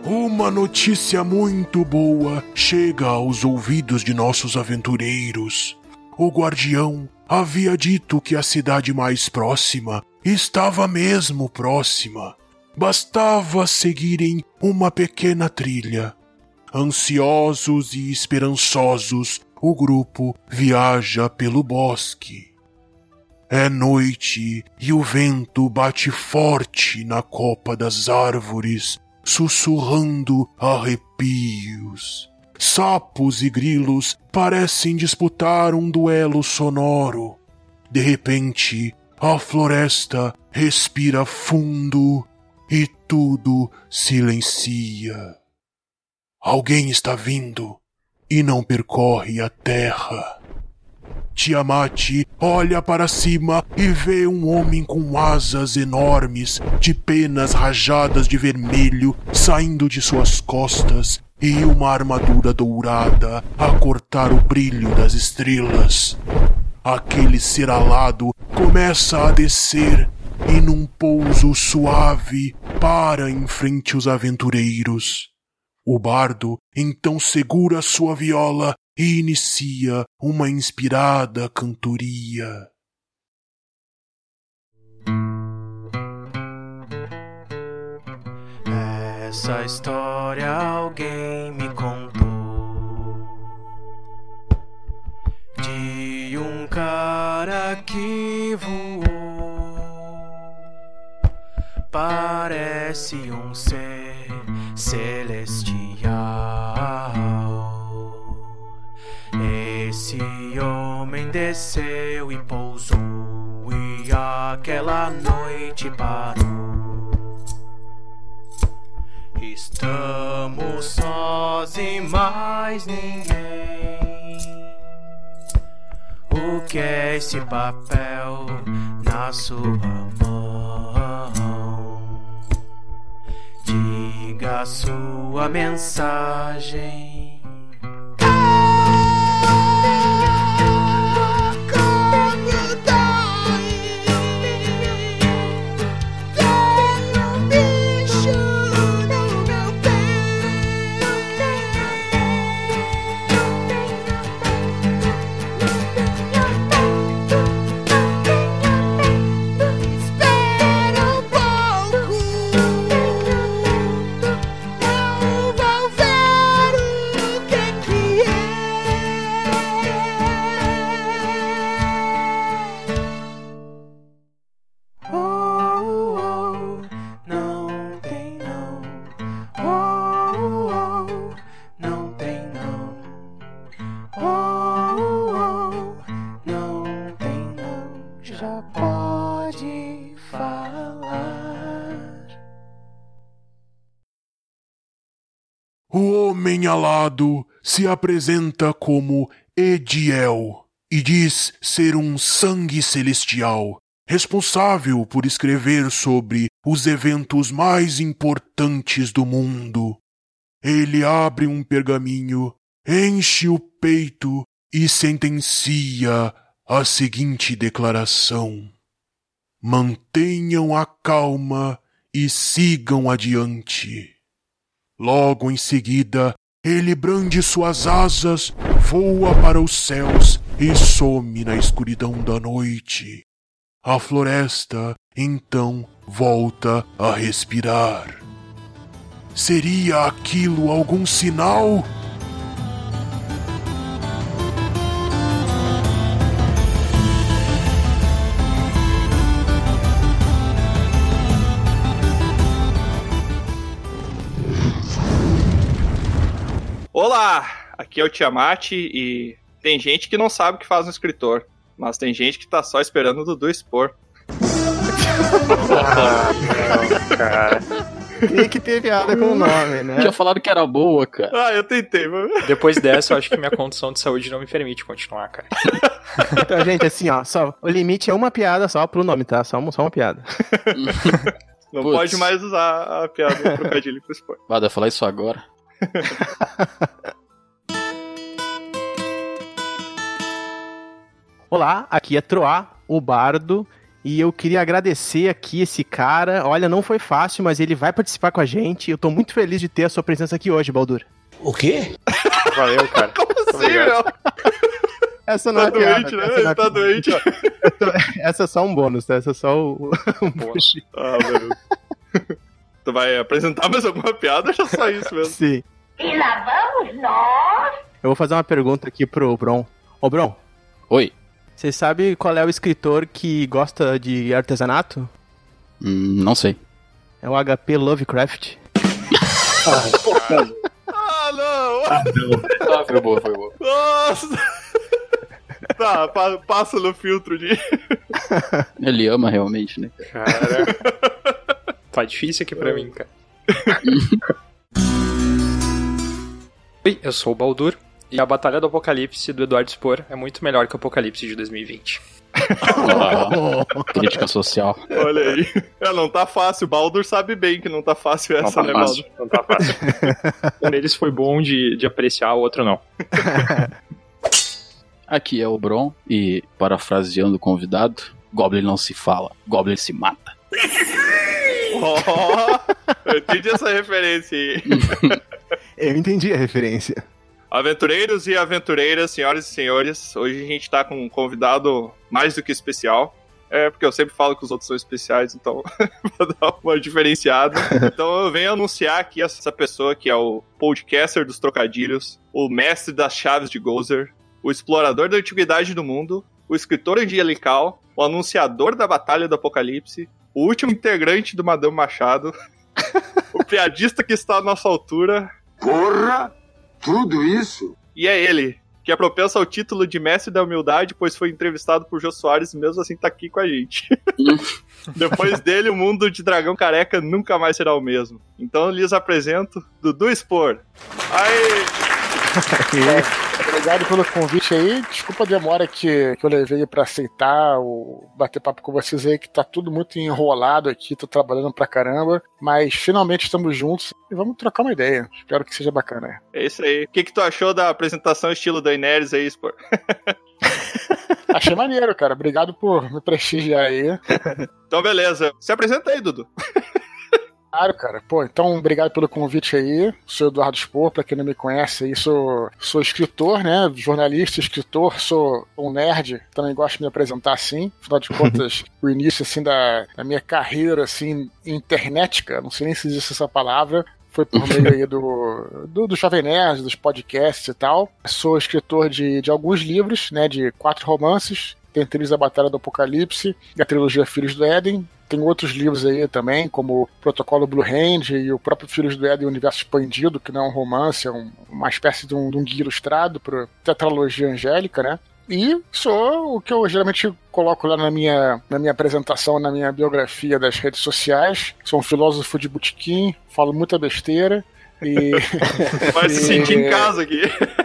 Uma notícia muito boa chega aos ouvidos de nossos aventureiros. O guardião havia dito que a cidade mais próxima estava mesmo próxima. Bastava seguirem uma pequena trilha. Ansiosos e esperançosos, o grupo viaja pelo bosque. É noite e o vento bate forte na copa das árvores, sussurrando arrepios. Sapos e grilos parecem disputar um duelo sonoro. De repente, a floresta respira fundo e tudo silencia. Alguém está vindo e não percorre a terra. Tiamat olha para cima e vê um homem com asas enormes, de penas rajadas de vermelho saindo de suas costas e uma armadura dourada a cortar o brilho das estrelas. Aquele ser alado começa a descer e num pouso suave para em frente aos aventureiros. O bardo então segura sua viola e inicia uma inspirada cantoria. Essa história alguém me contou, de um cara que voou. Parece um ser celestial. Esse homem desceu e pousou, e aquela noite parou. Estamos sós e mais ninguém. O que é esse papel na sua mão? Diga a sua mensagem. O homem alado se apresenta como Ediel e diz ser um sangue celestial, responsável por escrever sobre os eventos mais importantes do mundo. Ele abre um pergaminho, enche o peito e sentencia a seguinte declaração: mantenham a calma e sigam adiante. Logo em seguida, ele brande suas asas, voa para os céus e some na escuridão da noite. A floresta, então, volta a respirar. Seria aquilo algum sinal? Olá, aqui é o Tiamat e tem gente que não sabe o que faz um escritor, mas tem gente que tá só esperando o Dudu expor. Não, cara. Tem que ter piada com o nome, né? Tinha falado que era boa, cara. Ah, eu tentei, mano. Depois dessa, eu acho que minha condição de saúde não me permite continuar, cara. Então, gente, assim, ó, só, o limite é uma piada só pro nome, tá? Só uma piada. Não pode mais usar a piada do trocadilho pro expor. Vai falar isso agora. Olá, aqui é Troá, o bardo, E eu queria agradecer aqui esse cara. Olha, não foi fácil, mas ele vai participar com a gente. Eu tô muito feliz de ter a sua presença aqui hoje, Baldur. O quê? Valeu, cara. Como assim, meu? Essa não Tá é piada, doente, né? essa não Ele é tá piada. doente. Essa é só um bônus, tá? Essa é só o... Ah, beleza. Tu vai apresentar mais alguma piada ou já só isso mesmo? Sim. E lá vamos nós. Eu vou fazer uma pergunta aqui pro Bron. Ô, Bron, Oi. você sabe qual é o escritor que gosta de artesanato? Não sei. É o HP Lovecraft. Ah, não! Foi boa, foi boa. Nossa! Tá, passa no filtro de... Ele ama realmente, né? Cara. Tá difícil aqui pra mim, cara. Oi, eu sou o Baldur. E a Batalha do Apocalipse do Eduardo Spor é muito melhor que o Apocalipse de 2020. Crítica social. Olha aí. Não tá fácil. O Baldur sabe bem que não tá fácil essa, né, Baldur? Não tá fácil. Um deles foi bom de apreciar, o outro não. Aqui é o Bron e, parafraseando o convidado, Goblin não se fala, Goblin se mata. Eu entendi essa referência aí. Eu entendi a referência. Aventureiros e aventureiras, senhoras e senhores, hoje a gente tá com um convidado mais do que especial. É, porque eu sempre falo que os outros são especiais, então vou dar uma diferenciada. Então eu venho anunciar aqui essa pessoa que é o podcaster dos trocadilhos, o mestre das chaves de Gozer, o explorador da antiguidade do mundo, o escritor angelical, o anunciador da Batalha do Apocalipse, o último integrante do Madame Machado, o piadista que está à nossa altura. Porra! Tudo isso? E é ele, que é propenso ao título de mestre da humildade, pois foi entrevistado por Jô Soares e mesmo assim tá aqui com a gente. Depois dele, o mundo de Dragão Careca nunca mais será o mesmo. Então eu lhes apresento Dudu Spor. Obrigado pelo convite aí. Desculpa a demora que eu levei pra aceitar o bater papo com vocês aí, que tá tudo muito enrolado aqui, tô trabalhando pra caramba, mas finalmente estamos juntos e vamos trocar uma ideia. Espero que seja bacana. É isso aí. O que tu achou da apresentação estilo Daenerys aí, Spor? Achei maneiro, cara. Obrigado por me prestigiar aí. Então beleza. Se apresenta aí, Dudu. Claro, cara. Pô, então, obrigado pelo convite aí. Sou Eduardo Spor, pra quem não me conhece aí, sou escritor, né? Jornalista, escritor, sou um nerd, também gosto de me apresentar assim. Afinal de contas, o início, assim, da minha carreira, assim, internetica, não sei nem se existe essa palavra, foi por meio aí do Jovem Nerd, dos podcasts e tal. Sou escritor de alguns livros, né? De 4 romances. Entre eles a Batalha do Apocalipse e a trilogia Filhos do Éden. Tem outros livros aí também, como Protocolo Blue Hand e o próprio Filhos do Éden, Universo Expandido, que não é um romance, é uma espécie de um guia ilustrado para tetralogia angélica, né? E sou o que eu geralmente coloco lá na minha apresentação, na minha biografia das redes sociais. Sou um filósofo de botequim, falo muita besteira e... Vai se sentir em casa aqui.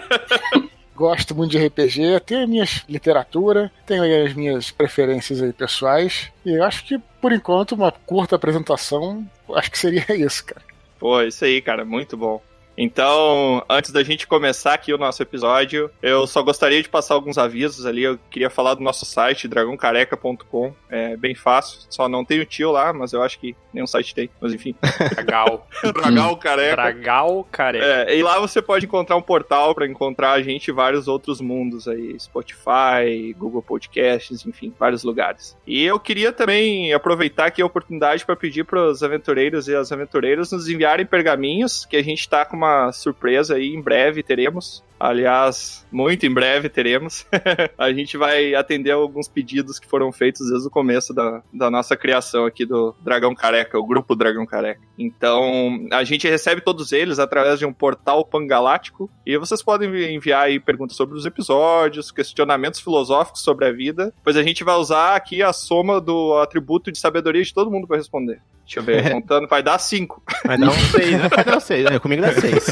Gosto muito de RPG, tenho a minha literatura, tenho aí as minhas preferências aí pessoais, e eu acho que, por enquanto, uma curta apresentação, acho que seria isso, cara. Pô, isso aí, cara, muito bom. Então, antes da gente começar aqui o nosso episódio, eu só gostaria de passar alguns avisos ali. Eu queria falar do nosso site, dragãocareca.com. É bem fácil, só não tem o tio lá, mas eu acho que nenhum site tem. Mas enfim. Dragal. Dragal Careca. Dragal Careca. E lá você pode encontrar um portal para encontrar a gente em vários outros mundos aí. Spotify, Google Podcasts, enfim, vários lugares. E eu queria também aproveitar aqui a oportunidade para pedir para os aventureiros e as aventureiras nos enviarem pergaminhos, que a gente tá com uma surpresa aí, em breve teremos. Aliás, muito em breve teremos. A gente vai atender alguns pedidos que foram feitos desde o começo da nossa criação aqui do Dragão Careca, o grupo Dragão Careca. Então, a gente recebe todos eles através de um portal pangalático e vocês podem enviar aí perguntas sobre os episódios, questionamentos filosóficos sobre a vida, pois a gente vai usar aqui a soma do atributo de sabedoria de todo mundo para responder. Deixa eu ver, contando, vai dar 5. Vai dar 6, né? Vai dar 6, né? Comigo dá 6.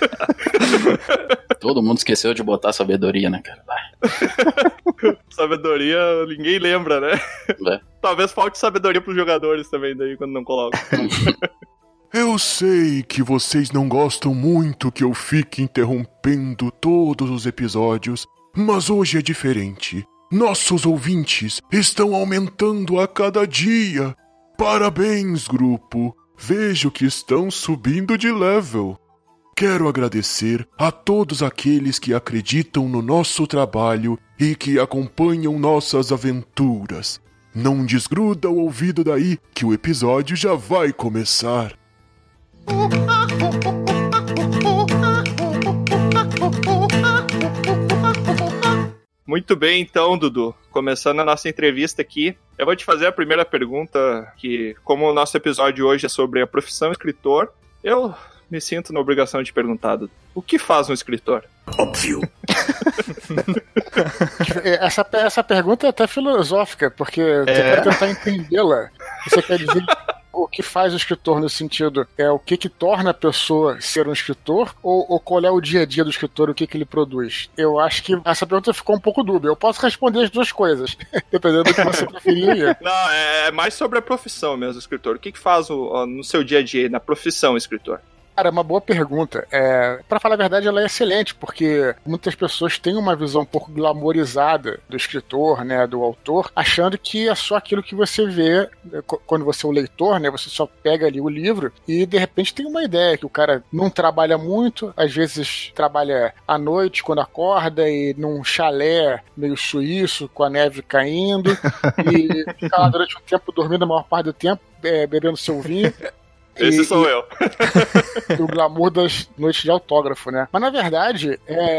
Todo mundo esqueceu de botar sabedoria, né, cara? Sabedoria, ninguém lembra, né? É. Talvez falte sabedoria pros jogadores também, daí, quando não colocam. Eu sei que vocês não gostam muito que eu fique interrompendo todos os episódios, mas hoje é diferente. Nossos ouvintes estão aumentando a cada dia. Parabéns, grupo. Vejo que estão subindo de level. Quero agradecer a todos aqueles que acreditam no nosso trabalho e que acompanham nossas aventuras. Não desgruda o ouvido daí que o episódio já vai começar. Muito bem, então, Dudu. Começando a nossa entrevista aqui, eu vou te fazer a primeira pergunta, que como o nosso episódio hoje é sobre a profissão escritor, eu me sinto na obrigação de perguntar, Dudu, o que faz um escritor? Óbvio. Essa pergunta é até filosófica, porque você quer tentar entendê-la. Você quer dizer o que faz o escritor no sentido o que torna a pessoa ser um escritor ou qual é o dia a dia do escritor, o que ele produz? Eu acho que essa pergunta ficou um pouco dúbia. Eu posso responder as duas coisas, dependendo do que você preferir. Não, é mais sobre a profissão mesmo, escritor. O que faz no seu dia a dia, na profissão escritor? Cara, é uma boa pergunta. Pra falar a verdade, ela é excelente, porque muitas pessoas têm uma visão um pouco glamourizada do escritor, né, do autor, achando que é só aquilo que você vê quando você é o leitor, né, você só pega ali o livro e de repente tem uma ideia que o cara não trabalha muito, às vezes trabalha à noite quando acorda e num chalé meio suíço, com a neve caindo, e fica lá durante um tempo dormindo a maior parte do tempo, bebendo seu vinho. Esse sou eu. O glamour das noites de autógrafo, né? Mas na verdade,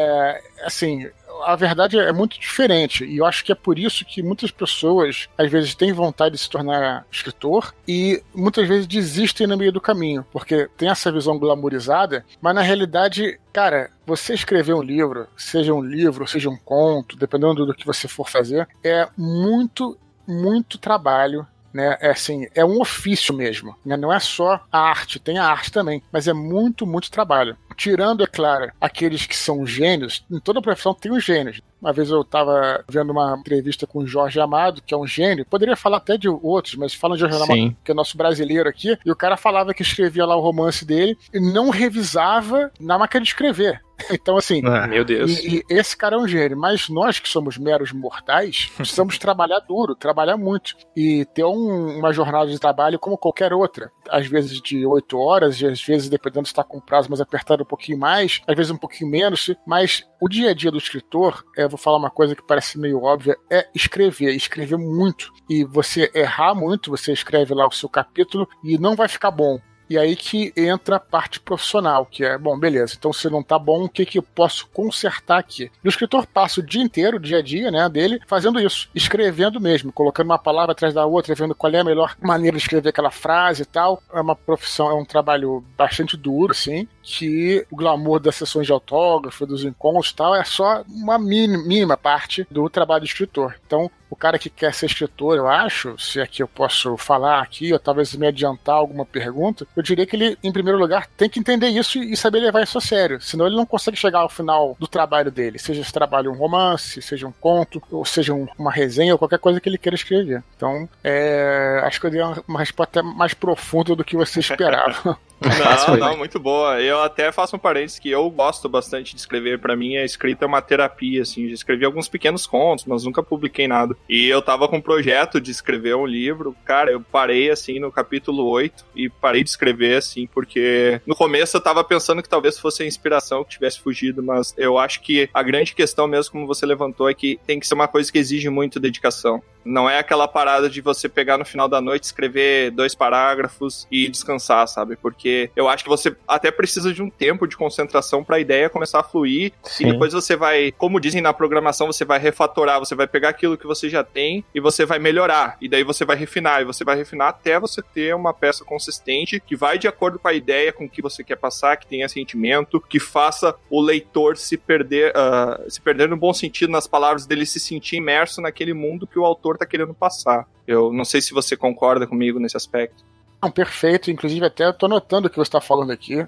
assim, a verdade é muito diferente. E eu acho que é por isso que muitas pessoas, às vezes, têm vontade de se tornar escritor e muitas vezes desistem no meio do caminho. Porque tem essa visão glamourizada, mas na realidade, cara, você escrever um livro, seja um conto, dependendo do que você for fazer, é muito, muito trabalho. Né? É um ofício mesmo, né? Não é só a arte, tem a arte também, mas é muito, muito trabalho. Tirando, é claro, aqueles que são gênios, em toda profissão tem os gênios. Uma vez eu estava vendo uma entrevista com o Jorge Amado, que é um gênio, poderia falar até de outros, mas falam de Jorge Amado, que é nosso brasileiro aqui, e o cara falava que escrevia lá o romance dele e não revisava na máquina de escrever. Então, assim, meu Deus. E esse cara é um gênio, mas nós que somos meros mortais, precisamos trabalhar duro, trabalhar muito e ter uma jornada de trabalho como qualquer outra. Às vezes de 8 horas, e às vezes, dependendo se está com prazo mais apertado, um pouquinho mais, às vezes um pouquinho menos, mas o dia a dia do escritor, vou falar uma coisa que parece meio óbvia, é escrever muito. E você errar muito, você escreve lá o seu capítulo e não vai ficar bom. E aí que entra a parte profissional, que é, bom, beleza, então se não tá bom, o que eu posso consertar aqui? E o escritor passa o dia inteiro, o dia a dia, né, dele, fazendo isso, escrevendo mesmo, colocando uma palavra atrás da outra, vendo qual é a melhor maneira de escrever aquela frase e tal. É uma profissão, é um trabalho bastante duro, assim, que o glamour das sessões de autógrafo, dos encontros e tal, é só uma mínima parte do trabalho do escritor. Então, o cara que quer ser escritor, eu acho, se é que eu posso falar aqui, ou talvez me adiantar alguma pergunta, eu diria que ele, em primeiro lugar, tem que entender isso e saber levar isso a sério, senão ele não consegue chegar ao final do trabalho dele, seja esse trabalho um romance, seja um conto, ou seja uma resenha, ou qualquer coisa que ele queira escrever. Então, acho que eu dei uma resposta mais profunda do que você esperava. Não, muito boa. Eu até faço um parênteses que eu gosto bastante de escrever. Pra mim, a escrita é uma terapia, assim. Já escrevi alguns pequenos contos, mas nunca publiquei nada. E eu tava com um projeto de escrever um livro. Cara, eu parei, assim, no capítulo 8 e parei de escrever, assim, porque no começo eu tava pensando que talvez fosse a inspiração que tivesse fugido, mas eu acho que a grande questão mesmo, como você levantou, é que tem que ser uma coisa que exige muito dedicação. Não é aquela parada de você pegar no final da noite, escrever 2 parágrafos e descansar, sabe? Porque eu acho que você até precisa de um tempo de concentração pra ideia começar a fluir. Sim. E depois você vai, como dizem na programação, você vai refatorar, você vai pegar aquilo que você já tem e você vai melhorar. E daí você vai refinar, e você vai refinar até você ter uma peça consistente que vai de acordo com a ideia, com o que você quer passar, que tenha sentimento, que faça o leitor se perder no bom sentido nas palavras dele, se sentir imerso naquele mundo que o autor tá querendo passar. Eu não sei se você concorda comigo nesse aspecto. Não, perfeito, inclusive até eu tô notando o que você tá falando aqui.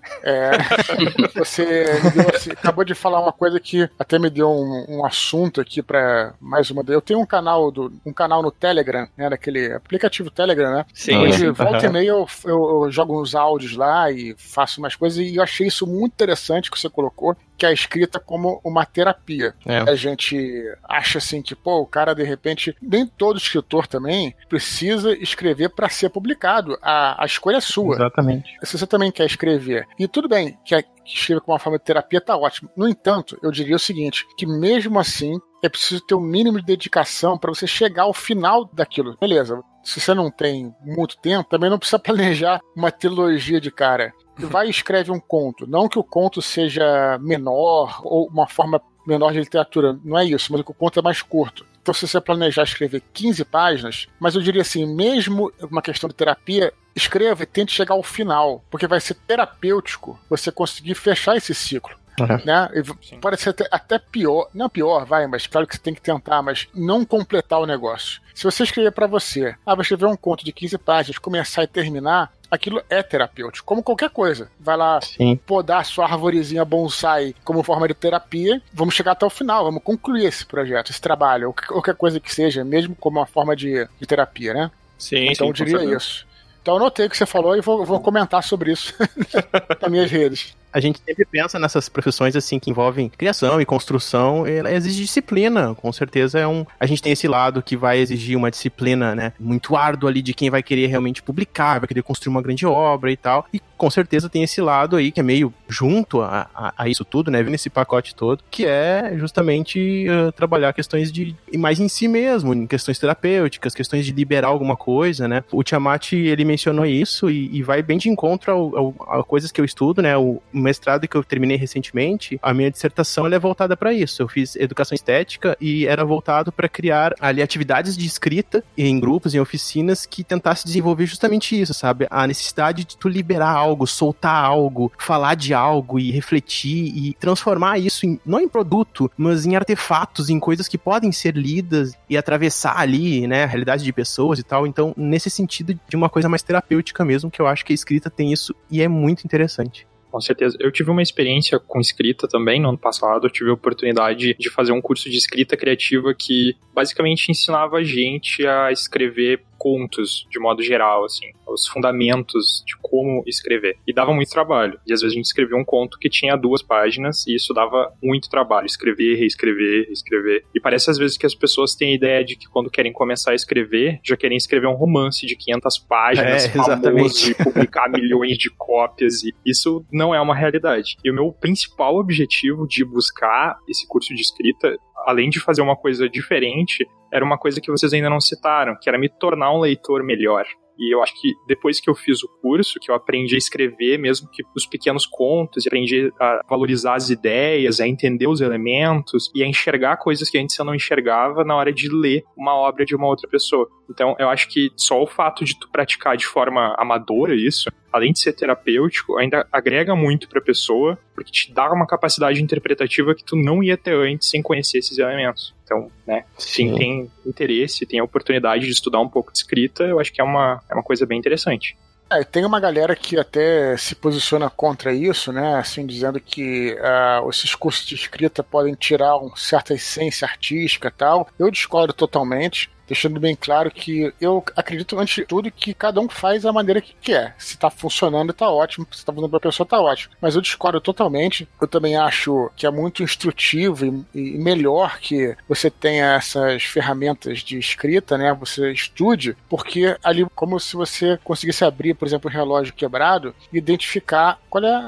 Você acabou de falar uma coisa que até me deu um assunto aqui pra mais uma. Eu tenho um canal no Telegram, né, daquele aplicativo Telegram, né? Sim. Onde volta e meia eu jogo uns áudios lá e faço umas coisas, e eu achei isso muito interessante que você colocou, que é a escrita como uma terapia. A gente acha assim que, o cara de repente, nem todo escritor também precisa escrever para ser publicado. A escolha é sua. Exatamente. Se você também quer escrever, e tudo bem, que escrever como uma forma de terapia, tá ótimo. No entanto, eu diria o seguinte, que mesmo assim, é preciso ter um mínimo de dedicação para você chegar ao final daquilo. Beleza, se você não tem muito tempo, também não precisa planejar uma trilogia de cara. Vai e escreve um conto. Não que o conto seja menor ou uma forma menor de literatura, não é isso, mas que o conto é mais curto. Então, se você planejar escrever 15 páginas, mas eu diria assim, mesmo uma questão de terapia, escreva e tente chegar ao final, porque vai ser terapêutico você conseguir fechar esse ciclo. Né? Pode ser até pior, não pior, mas claro que você tem que tentar, mas não completar o negócio. Se você escrever pra você, vou escrever um conto de 15 páginas, começar e terminar, aquilo é terapêutico, como qualquer coisa. Vai lá podar sua arvorezinha bonsai como forma de terapia, vamos chegar até o final, vamos concluir esse projeto, esse trabalho, ou qualquer coisa que seja, mesmo como uma forma de terapia, né? Sim, então eu diria isso. Então eu notei o que você falou e vou comentar sobre isso nas minhas redes. A gente sempre pensa nessas profissões assim que envolvem criação e construção, ela exige disciplina, com certeza a gente tem esse lado que vai exigir uma disciplina, né, muito árdua ali de quem vai querer realmente publicar, vai querer construir uma grande obra e tal, e com certeza tem esse lado aí que é meio junto a isso tudo, né, nesse pacote todo, que é justamente trabalhar questões de mais em si mesmo, em questões terapêuticas, questões de liberar alguma coisa, né. O Tiamat, ele mencionou isso e vai bem de encontro a coisas que eu estudo, né, o mestrado que eu terminei recentemente, a minha dissertação ela é voltada para isso. Eu fiz educação estética e era voltado para criar ali atividades de escrita em grupos, em oficinas que tentasse desenvolver justamente isso, sabe? A necessidade de tu liberar algo, soltar algo, falar de algo e refletir e transformar isso não em produto, mas em artefatos, em coisas que podem ser lidas e atravessar ali, né, a realidade de pessoas e tal. Então, nesse sentido de uma coisa mais terapêutica mesmo, que eu acho que a escrita tem isso e é muito interessante. Com certeza. Eu tive uma experiência com escrita também no ano passado. Eu tive a oportunidade de fazer um curso de escrita criativa que basicamente ensinava a gente a escrever contos, de modo geral, assim, os fundamentos de como escrever. E dava muito trabalho. E às vezes a gente escrevia um conto que tinha 2 páginas e isso dava muito trabalho. Escrever, reescrever. E parece às vezes que as pessoas têm a ideia de que quando querem começar a escrever, já querem escrever um romance de 500 páginas, famoso, e publicar milhões de cópias. E isso não é uma realidade. E o meu principal objetivo de buscar esse curso de escrita, além de fazer uma coisa diferente, era uma coisa que vocês ainda não citaram, que era me tornar um leitor melhor. E eu acho que depois que eu fiz o curso, que eu aprendi a escrever mesmo que os pequenos contos, aprendi a valorizar as ideias, a entender os elementos e a enxergar coisas que antes eu não enxergava na hora de ler uma obra de uma outra pessoa. Então eu acho que só o fato de tu praticar de forma amadora isso, além de ser terapêutico, ainda agrega muito pra pessoa, porque te dá uma capacidade interpretativa que tu não ia ter antes sem conhecer esses elementos. Então, né, quem tem interesse, tem a oportunidade de estudar um pouco de escrita, eu acho que é uma coisa bem interessante. Tem uma galera que até se posiciona contra isso, né, assim, dizendo que esses cursos de escrita podem tirar uma certa essência artística e tal. Eu discordo totalmente, deixando bem claro que eu acredito, antes de tudo, que cada um faz da maneira que quer. Se tá funcionando, tá ótimo. Se tá funcionando pra pessoa, tá ótimo. Mas eu discordo totalmente. Eu também acho que é muito instrutivo e melhor que você tenha essas ferramentas de escrita, né? Você estude, porque ali, como se você conseguisse abrir, por exemplo, um relógio quebrado e identificar qual é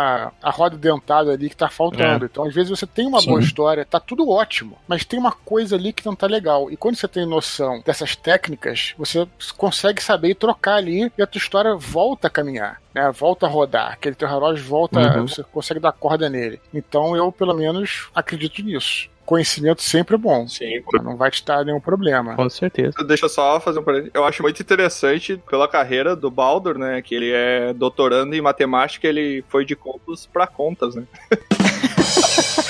a roda dentada ali que tá faltando. Então, às vezes, você tem uma boa história, tá tudo ótimo, mas tem uma coisa ali que não tá legal. E quando você tem noção dessas técnicas, você consegue saber e trocar ali e a tua história volta a caminhar, né? Volta a rodar, aquele teu relógio volta, você consegue dar corda nele. Então eu, pelo menos, acredito nisso. Conhecimento sempre é bom. Sim. Não vai te dar nenhum problema. Com certeza. Deixa eu só fazer um parênteses. Eu acho muito interessante pela carreira do Baldur, né? Que ele é doutorando em matemática, ele foi de contos pra contas, né?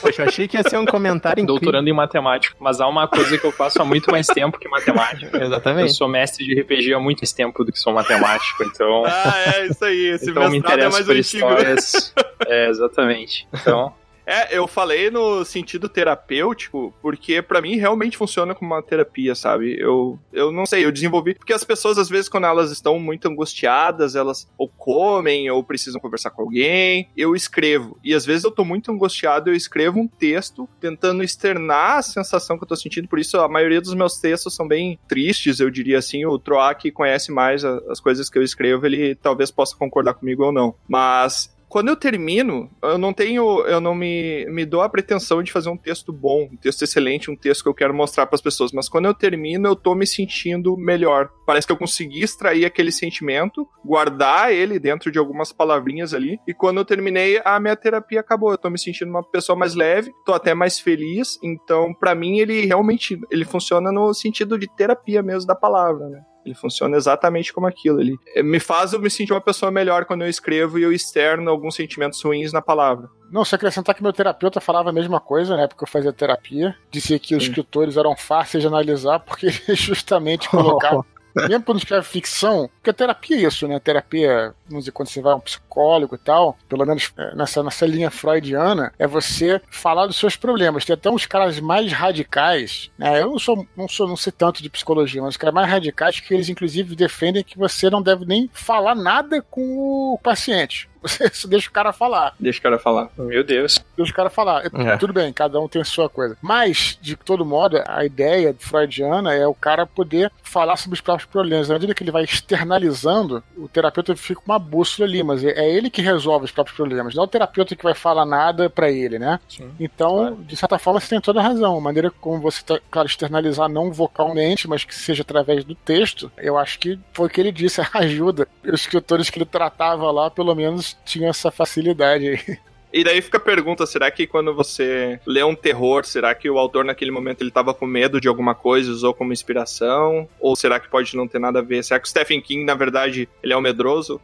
Poxa, eu achei que ia ser um comentário incrível. Doutorando em matemática. Mas há uma coisa que eu faço há muito mais tempo que matemática. Exatamente. Eu sou mestre de RPG há muito mais tempo do que sou matemático, então... Isso aí. Esse então me mestrado interesso é mais por antigo. histórias. Exatamente. Então... Eu falei no sentido terapêutico, porque pra mim realmente funciona como uma terapia, sabe? Eu não sei, eu desenvolvi... Porque as pessoas, às vezes, quando elas estão muito angustiadas, elas ou comem, ou precisam conversar com alguém, eu escrevo. E às vezes eu tô muito angustiado, eu escrevo um texto tentando externar a sensação que eu tô sentindo. Por isso, a maioria dos meus textos são bem tristes, eu diria assim. O Troá, que conhece mais as coisas que eu escrevo, ele talvez possa concordar comigo ou não. Mas... quando eu termino, eu não me dou a pretensão de fazer um texto bom, um texto excelente, um texto que eu quero mostrar para as pessoas, mas quando eu termino, eu tô me sentindo melhor. Parece que eu consegui extrair aquele sentimento, guardar ele dentro de algumas palavrinhas ali, e quando eu terminei, a minha terapia acabou. Eu tô me sentindo uma pessoa mais leve, tô até mais feliz, então, para mim, ele funciona no sentido de terapia mesmo da palavra, né? Ele funciona exatamente como aquilo. Ele me faz eu me sentir uma pessoa melhor quando eu escrevo e eu externo alguns sentimentos ruins na palavra. Não, se acrescentar que meu terapeuta falava a mesma coisa, né? Porque eu fazia terapia. Dizia que os escritores eram fáceis de analisar porque ele justamente colocava... Mesmo quando escreve ficção, porque a terapia é isso, né? A terapia, vamos dizer, quando você vai a um psicólogo e tal, pelo menos nessa linha freudiana, é você falar dos seus problemas. Tem até uns caras mais radicais, né? Eu não sei tanto de psicologia, mas os caras mais radicais que eles, inclusive, defendem que você não deve nem falar nada com o paciente. Você deixa o cara falar. Deixa o cara falar. Meu Deus. Deixa o cara falar. Tudo bem, cada um tem a sua coisa. Mas, de todo modo, a ideia freudiana é o cara poder falar sobre os próprios problemas. Na medida que ele vai externalizando, o terapeuta fica com uma bússola ali, mas é ele que resolve os próprios problemas. Não é o terapeuta que vai falar nada pra ele, né? Sim, então, claro. De certa forma, você tem toda a razão. A maneira como você tá, claro, externalizar não vocalmente, mas que seja através do texto, eu acho que foi o que ele disse, ajuda. Os escritores que ele tratava lá, pelo menos, tinham essa facilidade aí. E daí fica a pergunta, será que quando você lê um terror, será que o autor naquele momento ele tava com medo de alguma coisa e usou como inspiração? Ou será que pode não ter nada a ver? Será que o Stephen King, na verdade, ele é um medroso?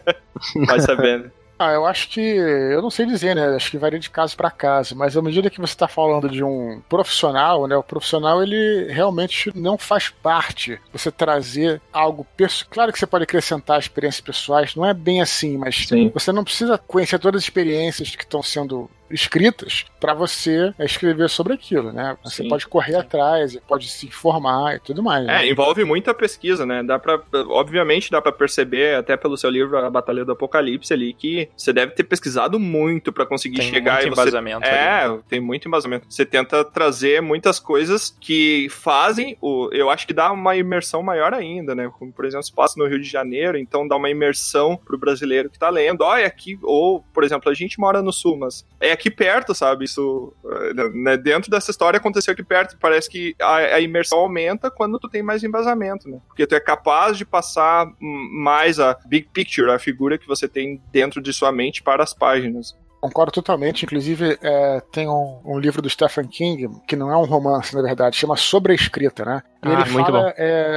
Vai saber, né? Eu acho que... Eu não sei dizer, né? Acho que varia de caso para caso. Mas à medida que você está falando de um profissional, né? O profissional, ele realmente não faz parte você trazer algo... Claro que você pode acrescentar experiências pessoais, não é bem assim, mas sim, você não precisa conhecer todas as experiências que estão sendo escritas para você escrever sobre aquilo, né? Você pode correr atrás, pode se informar e tudo mais. Né? Envolve muita pesquisa, né? Obviamente dá pra perceber, até pelo seu livro A Batalha do Apocalipse ali, que você deve ter pesquisado muito pra conseguir chegar... Tem muito embasamento. Tem muito embasamento. Você tenta trazer muitas coisas que fazem, eu acho que dá uma imersão maior ainda, né? Como, por exemplo, se passa no Rio de Janeiro, então dá uma imersão pro brasileiro que tá lendo. Olha, aqui, ou, por exemplo, a gente mora no Sul, mas é aqui perto, sabe? Isso, né, dentro dessa história aconteceu aqui perto. Parece que a imersão aumenta quando tu tem mais embasamento, né? Porque tu é capaz de passar mais a big picture, a figura que você tem dentro de sua mente para as páginas. Concordo totalmente. Inclusive, tem um livro do Stephen King, que não é um romance, na verdade, chama Sobre a Escrita, né? E ele fala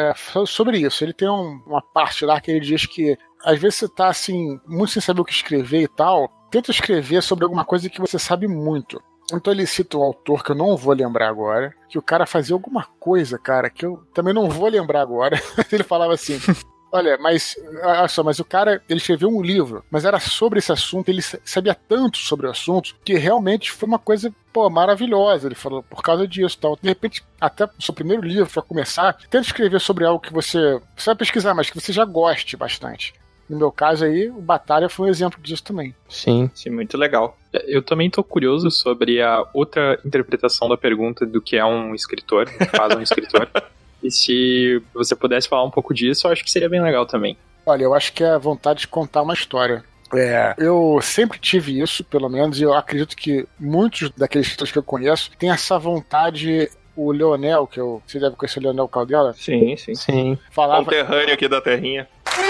sobre isso. Ele tem uma parte lá que ele diz que às vezes você tá assim, muito sem saber o que escrever e tal, tenta escrever sobre alguma coisa que você sabe muito. Então ele cita um autor que eu não vou lembrar agora, que o cara fazia alguma coisa, cara, que eu também não vou lembrar agora. Ele falava assim... Olha só, mas o cara, ele escreveu um livro, mas era sobre esse assunto, ele sabia tanto sobre o assunto, que realmente foi uma coisa, maravilhosa. Ele falou, por causa disso, tal. De repente, até o seu primeiro livro, para começar, tenta escrever sobre algo que você vai pesquisar, mas que você já goste bastante. No meu caso aí, o Batalha foi um exemplo disso também. Sim, muito legal. Eu também tô curioso sobre a outra interpretação da pergunta do que é um escritor, o que faz um escritor. E se você pudesse falar um pouco disso, eu acho que seria bem legal também. Olha, eu acho que é a vontade de contar uma história. Eu sempre tive isso, pelo menos, e eu acredito que muitos daqueles escritores que eu conheço têm essa vontade. O Leonel, você deve conhecer o Leonel Caldela? Sim. Falava... Conterrâneo aqui da terrinha.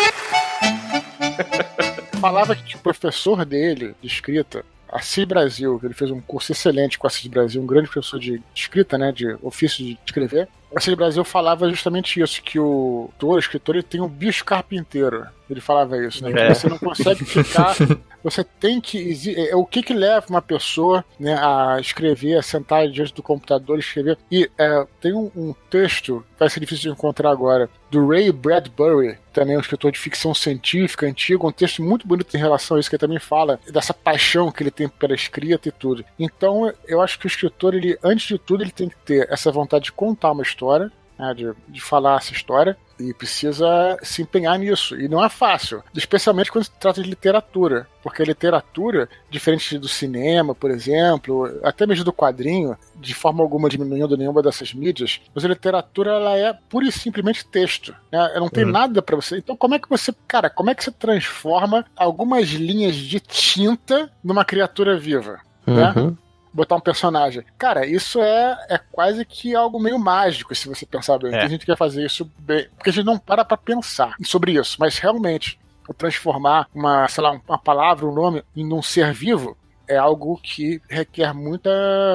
Falava que o professor dele, de escrita, Assis Brasil, ele fez um curso excelente com Assis Brasil, um grande professor de escrita, né, de ofício de escrever. O Assis Brasil falava justamente isso, que o escritor, ele tem um bicho carpinteiro. Ele falava isso, né? Que você não consegue ficar... Você tem que... O que leva uma pessoa, né, a escrever, a sentar diante do computador e escrever? E tem um texto, vai ser difícil de encontrar agora, do Ray Bradbury, também um escritor de ficção científica antigo, um texto muito bonito em relação a isso, que ele também fala dessa paixão que ele tem pela escrita e tudo. Então, eu acho que o escritor, ele, antes de tudo, ele tem que ter essa vontade de contar uma história, né, de falar essa história, e precisa se empenhar nisso. E não é fácil, especialmente quando se trata de literatura, porque a literatura, diferente do cinema, por exemplo, até mesmo do quadrinho, de forma alguma diminuindo nenhuma dessas mídias, mas a literatura, ela é pura e simplesmente texto, né? Ela não tem nada pra você. Então como é que você transforma algumas linhas de tinta numa criatura viva, né? Botar um personagem. Cara, isso é quase que algo meio mágico, se você pensar bem. Tem gente que quer fazer isso bem, porque a gente não para pra pensar sobre isso, mas realmente transformar uma palavra, um nome em um ser vivo é algo que requer muita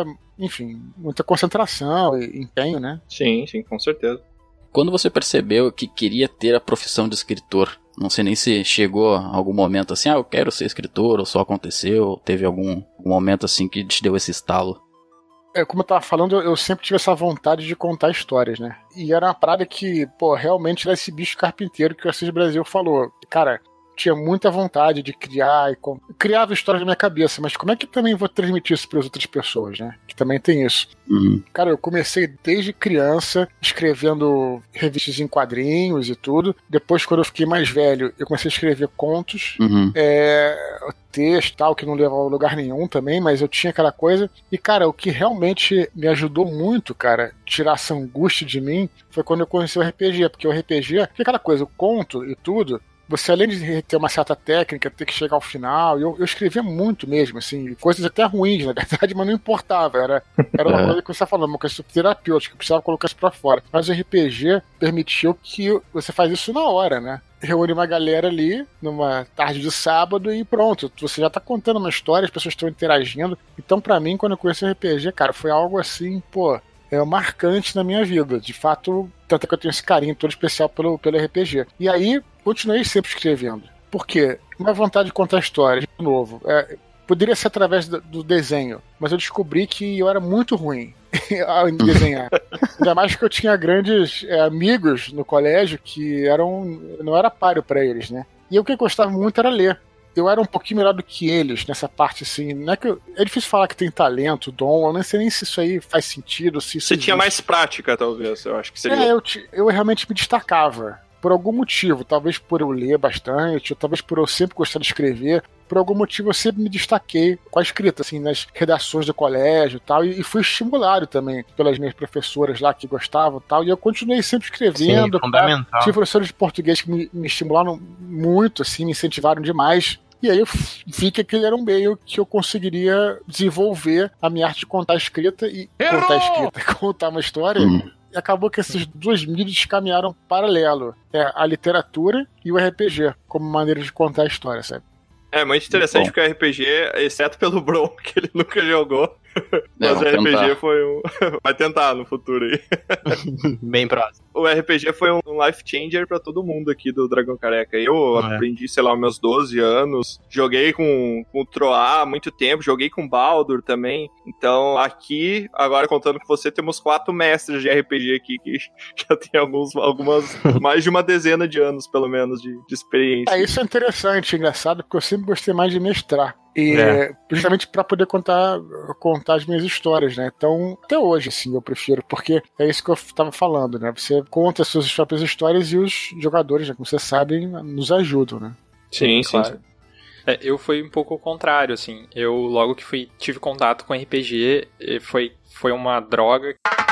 concentração e empenho, né? Sim, com certeza. Quando você percebeu que queria ter a profissão de escritor, não sei nem se chegou a algum momento assim, eu quero ser escritor, ou só aconteceu, ou teve algum momento assim que te deu esse estalo? Como eu tava falando, eu sempre tive essa vontade de contar histórias, né? E era uma parada que, realmente era esse bicho carpinteiro que o Assis Brasil falou. Cara, tinha muita vontade de criar criava histórias na minha cabeça, mas como é que também vou transmitir isso para as outras pessoas, né? Que também tem isso. Cara, eu comecei desde criança escrevendo revistas em quadrinhos e tudo. Depois, quando eu fiquei mais velho, eu comecei a escrever contos, texto tal, que não levava a lugar nenhum também, mas eu tinha aquela coisa. E, cara, o que realmente me ajudou muito, cara, tirar essa angústia de mim, foi quando eu conheci o RPG, porque o RPG, que é aquela coisa, o conto e tudo, você, além de ter uma certa técnica, ter que chegar ao final, eu escrevia muito mesmo, assim, coisas até ruins, na verdade, mas não importava, era uma coisa que você estava falando, uma coisa terapêutica, que precisava colocar isso pra fora. Mas o RPG permitiu que você faz isso na hora, né? Reúne uma galera ali, numa tarde de sábado, e pronto, você já tá contando uma história, as pessoas estão interagindo. Então, pra mim, quando eu conheci o RPG, cara, foi algo assim, marcante na minha vida. De fato, tanto é que eu tenho esse carinho todo especial pelo RPG. E aí, continuei sempre escrevendo. Por quê? Uma vontade de contar histórias, de novo. Poderia ser através do desenho, mas eu descobri que eu era muito ruim em desenhar. Ainda mais que eu tinha grandes amigos no colégio que não era páreo pra eles, né? E o que eu gostava muito era ler. Eu era um pouquinho melhor do que eles nessa parte, assim. Não é que é difícil falar que tem talento, dom. Eu não sei nem se isso aí faz sentido. Se isso Você tinha mais prática, talvez. Eu acho que seria. Eu realmente me destacava. Por algum motivo. Talvez por eu ler bastante, ou talvez por eu sempre gostar de escrever. Por algum motivo eu sempre me destaquei com a escrita, assim, nas redações do colégio e tal. E fui estimulado também pelas minhas professoras lá que gostavam e tal. E eu continuei sempre escrevendo. Sim, fundamental. Tive professores de português que me estimularam muito, assim, me incentivaram demais. E aí eu vi que aquele era um meio que eu conseguiria desenvolver a minha arte de contar escrita e contar uma história. E acabou que essas duas mídias caminharam paralelo. A literatura e o RPG, como maneira de contar a história, sabe? É muito interessante porque o RPG, exceto pelo Bron, que ele nunca jogou, mas o RPG foi um... Vai tentar no futuro aí. Bem próximo. O RPG foi um life changer pra todo mundo aqui do Dragão Careca. Eu aprendi, sei lá, meus 12 anos. Joguei com o Troá há muito tempo. Joguei com o Baldur também. Então, aqui, agora contando com você, temos 4 mestres de RPG aqui que já tem algumas mais de uma dezena de anos, pelo menos, de experiência. Isso é interessante, engraçado, porque eu sempre gostei mais de mestrar. E justamente para poder contar as minhas histórias, né? Então, até hoje, assim, eu prefiro, porque é isso que eu tava falando, né? Você conta as suas próprias histórias e os jogadores, né, como vocês sabem, nos ajudam, né? Sim, claro. Sim. Eu fui um pouco ao contrário, assim. Eu, logo que tive contato com RPG, foi uma droga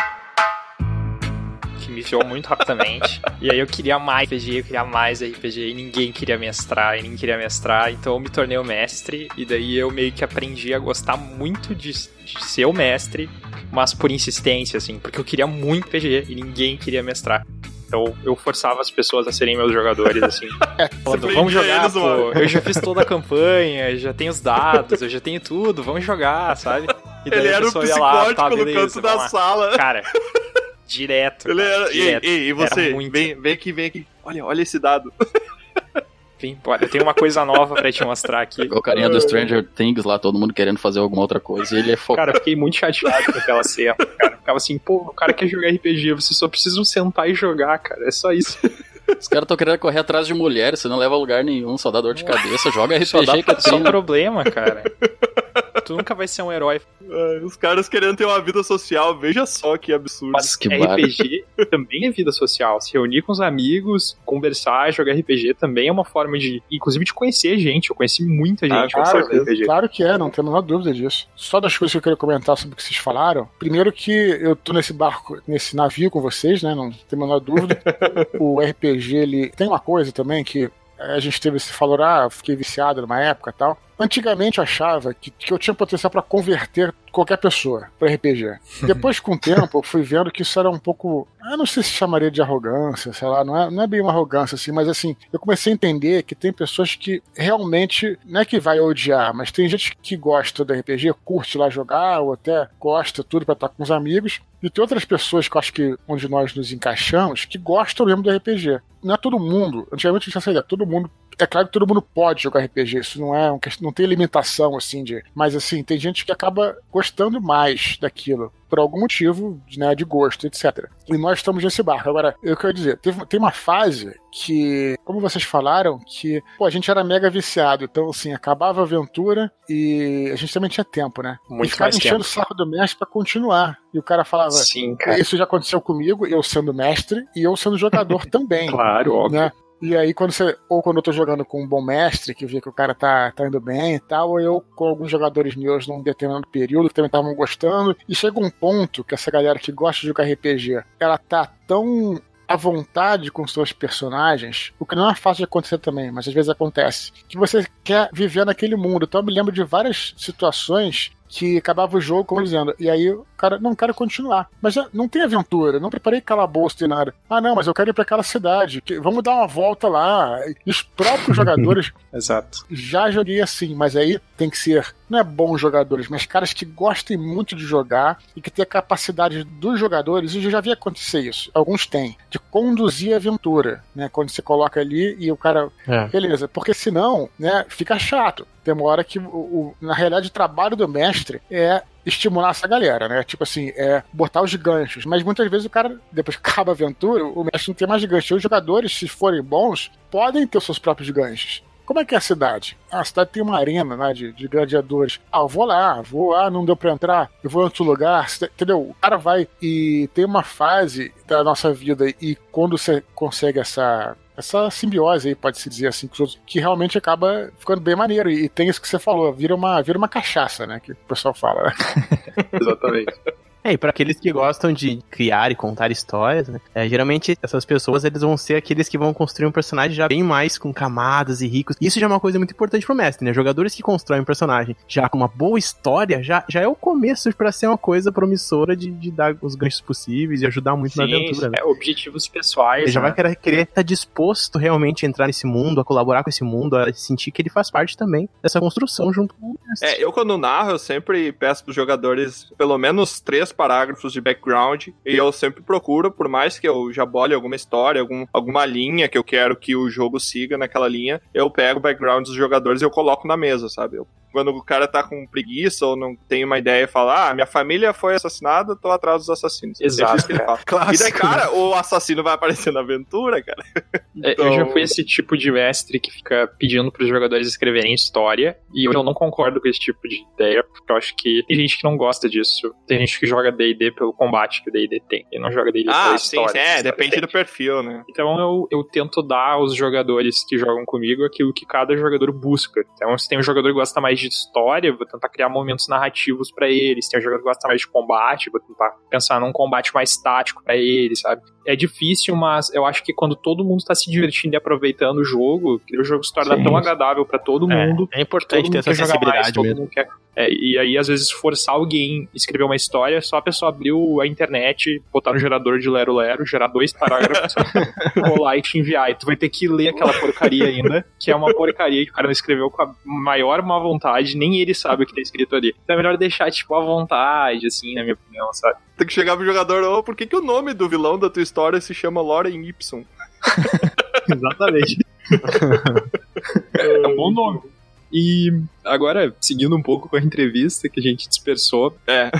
que me enfiou muito rapidamente. E aí eu queria mais RPG, e ninguém queria mestrar, então eu me tornei o mestre, e daí eu meio que aprendi a gostar muito de ser o mestre, mas por insistência, assim, porque eu queria muito RPG e ninguém queria mestrar. Então eu forçava as pessoas a serem meus jogadores, assim. Falando, vamos jogar, pô. Eu já fiz toda a campanha, já tenho os dados, eu já tenho tudo, vamos jogar, sabe? E daí ele era o psicótico no canto da sala. Cara, Direto. E você? Vem aqui. Olha esse dado. Enfim, eu tenho uma coisa nova pra te mostrar aqui. O carinha do Stranger Things lá, todo mundo querendo fazer alguma outra coisa, e ele é focado. Cara, eu fiquei muito chateado com aquela cena, cara. Ficava assim, pô, o cara quer jogar RPG, vocês só precisam sentar e jogar, cara. É só isso. Os caras estão querendo correr atrás de mulheres, você não leva a lugar nenhum, só dá dor de cabeça, joga RPG que é só problema, cara. Tu nunca vai ser um herói. Os caras querendo ter uma vida social, veja só que absurdo. Mas que RPG também é vida social. Se reunir com os amigos, conversar, jogar RPG também é uma forma de, inclusive, de conhecer gente. Eu conheci muita gente Claro que é, não tenho a menor dúvida disso. Só das coisas que eu queria comentar sobre o que vocês falaram. Primeiro que eu tô nesse barco, nesse navio com vocês, né? Não tenho a menor dúvida. O RPG, ele tem uma coisa também que a gente teve esse falou, fiquei viciado numa época e tal. Antigamente eu achava que eu tinha potencial para converter qualquer pessoa para RPG. Depois, com o tempo, eu fui vendo que isso era um pouco... Eu não sei se chamaria de arrogância, sei lá, não é bem uma arrogância, assim, mas assim, eu comecei a entender que tem pessoas que realmente, não é que vai odiar, mas tem gente que gosta do RPG, curte lá jogar, ou até gosta tudo para estar com os amigos, e tem outras pessoas que eu acho que onde nós nos encaixamos, que gostam mesmo do RPG. Não é todo mundo, antigamente a gente tinha essa ideia, todo mundo... É claro que todo mundo pode jogar RPG, isso não tem limitação, assim, mas assim, tem gente que acaba gostando mais daquilo, por algum motivo, né, de gosto, etc. E nós estamos nesse barco. Agora, eu quero dizer, tem uma fase que, como vocês falaram, que, a gente era mega viciado, então, assim, acabava a aventura e a gente também tinha tempo, né? Muito e ficava mais enchendo tempo. o saco do mestre pra continuar. E o cara falava, sim, cara. Isso já aconteceu comigo, eu sendo mestre e eu sendo jogador também. Claro, óbvio. Né? E aí, quando eu tô jogando com um bom mestre, que vê que o cara tá indo bem e tal, ou eu com alguns jogadores meus num determinado período que também estavam gostando, e chega um ponto que essa galera que gosta de jogar RPG, ela tá tão à vontade com seus personagens, o que não é fácil de acontecer também, mas às vezes acontece, que você quer viver naquele mundo. Então eu me lembro de várias situações que acabava o jogo, como dizendo, e aí o cara, não quero continuar. Mas não tem aventura, não preparei calabouço de nada. Não, mas eu quero ir pra aquela cidade, vamos dar uma volta lá. E os próprios jogadores Exato. Já joguei assim, mas aí tem que ser, não é bons jogadores, mas caras que gostem muito de jogar e que tenham a capacidade dos jogadores, e eu já vi acontecer isso, alguns têm, de conduzir a aventura, né? Quando você coloca ali e o cara, beleza, porque senão, né, fica chato. Tem uma hora que, na realidade, o trabalho do mestre é estimular essa galera, né? Tipo assim, botar os ganchos. Mas muitas vezes o cara, depois que acaba a aventura, o mestre não tem mais ganchos. Os jogadores, se forem bons, podem ter os seus próprios ganchos. Como é que é a cidade? A cidade tem uma arena, né, de gladiadores. Eu vou lá, não deu pra entrar, eu vou em outro lugar, entendeu? O cara vai e tem uma fase da nossa vida e quando você consegue essa simbiose aí, pode-se dizer assim, que realmente acaba ficando bem maneiro. E tem isso que você falou, vira uma cachaça, né, que o pessoal fala, né? Exatamente. E para aqueles que gostam de criar e contar histórias, né? Geralmente essas pessoas eles vão ser aqueles que vão construir um personagem já bem mais com camadas e ricos. Isso já é uma coisa muito importante pro mestre, né? Jogadores que constroem um personagem já com uma boa história, já é o começo para ser uma coisa promissora de dar os ganchos possíveis e ajudar muito na aventura. Né? Objetivos pessoais. Ele já vai querer estar disposto realmente a entrar nesse mundo, a colaborar com esse mundo, a sentir que ele faz parte também dessa construção junto com o mestre. Eu quando narro, eu sempre peço pros jogadores pelo menos 3 parágrafos de background, e eu sempre procuro, por mais que eu já bole alguma história, alguma linha que eu quero que o jogo siga naquela linha, eu pego o background dos jogadores e eu coloco na mesa, sabe? Quando o cara tá com preguiça ou não tem uma ideia e fala, minha família foi assassinada, tô atrás dos assassinos. Exato. Isso que ele fala. E daí, cara, o assassino vai aparecer na aventura, cara. Então... Eu já fui esse tipo de mestre que fica pedindo pros jogadores escreverem história, e eu não concordo com esse tipo de ideia, porque eu acho que tem gente que não gosta disso. Tem gente que joga D&D pelo combate que o D&D tem, e não joga D&D pela história. Sim, depende do perfil, né? Então eu tento dar aos jogadores que jogam comigo aquilo que cada jogador busca. Então se tem um jogador que gosta mais de história, vou tentar criar momentos narrativos pra eles. Tem um jogador que gosta mais de combate, vou tentar pensar num combate mais tático pra eles, sabe? É difícil, mas eu acho que quando todo mundo tá se divertindo e aproveitando o jogo se torna tão agradável pra todo mundo. É importante ter essa sensibilidade todo mesmo. mundo quer E aí, às vezes, forçar alguém a escrever uma história, só a pessoa abriu a internet, botar no gerador de lero-lero, gerar 2 parágrafos, rolar e te enviar. E tu vai ter que ler aquela porcaria ainda, que é uma porcaria que o cara não escreveu com a maior má vontade, nem ele sabe o que tá escrito ali. Então é melhor deixar, tipo, à vontade, assim, na minha opinião, sabe? Tem que chegar pro jogador, por que o nome do vilão da tua história se chama Loren Y? Exatamente. É um bom nome. E agora, seguindo um pouco com a entrevista que a gente dispersou,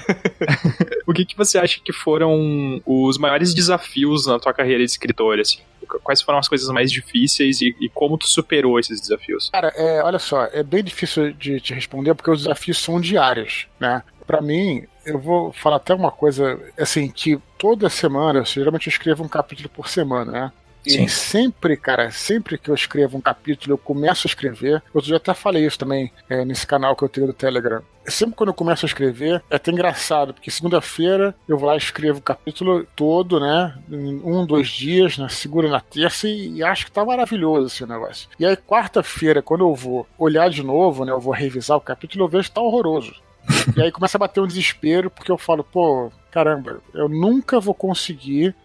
o que você acha que foram os maiores desafios na tua carreira de escritor, assim? Quais foram as coisas mais difíceis e como tu superou esses desafios? Cara, olha só, é bem difícil de te responder porque os desafios são diários, né? Pra mim, eu vou falar até uma coisa, assim, que toda semana, geralmente eu escrevo um capítulo por semana, né? E sempre, cara, sempre que eu escrevo um capítulo, eu começo a escrever. Eu já até falei isso também nesse canal que eu tenho do Telegram. Sempre quando eu começo a escrever, é até engraçado, porque segunda-feira eu vou lá e escrevo o capítulo todo, né? Em 2 dias, na segunda e na terça, e acho que tá maravilhoso esse negócio. E aí, quarta-feira, quando eu vou olhar de novo, né? Eu vou revisar o capítulo, eu vejo que tá horroroso. E aí começa a bater um desespero, porque eu falo, pô, caramba, eu nunca vou conseguir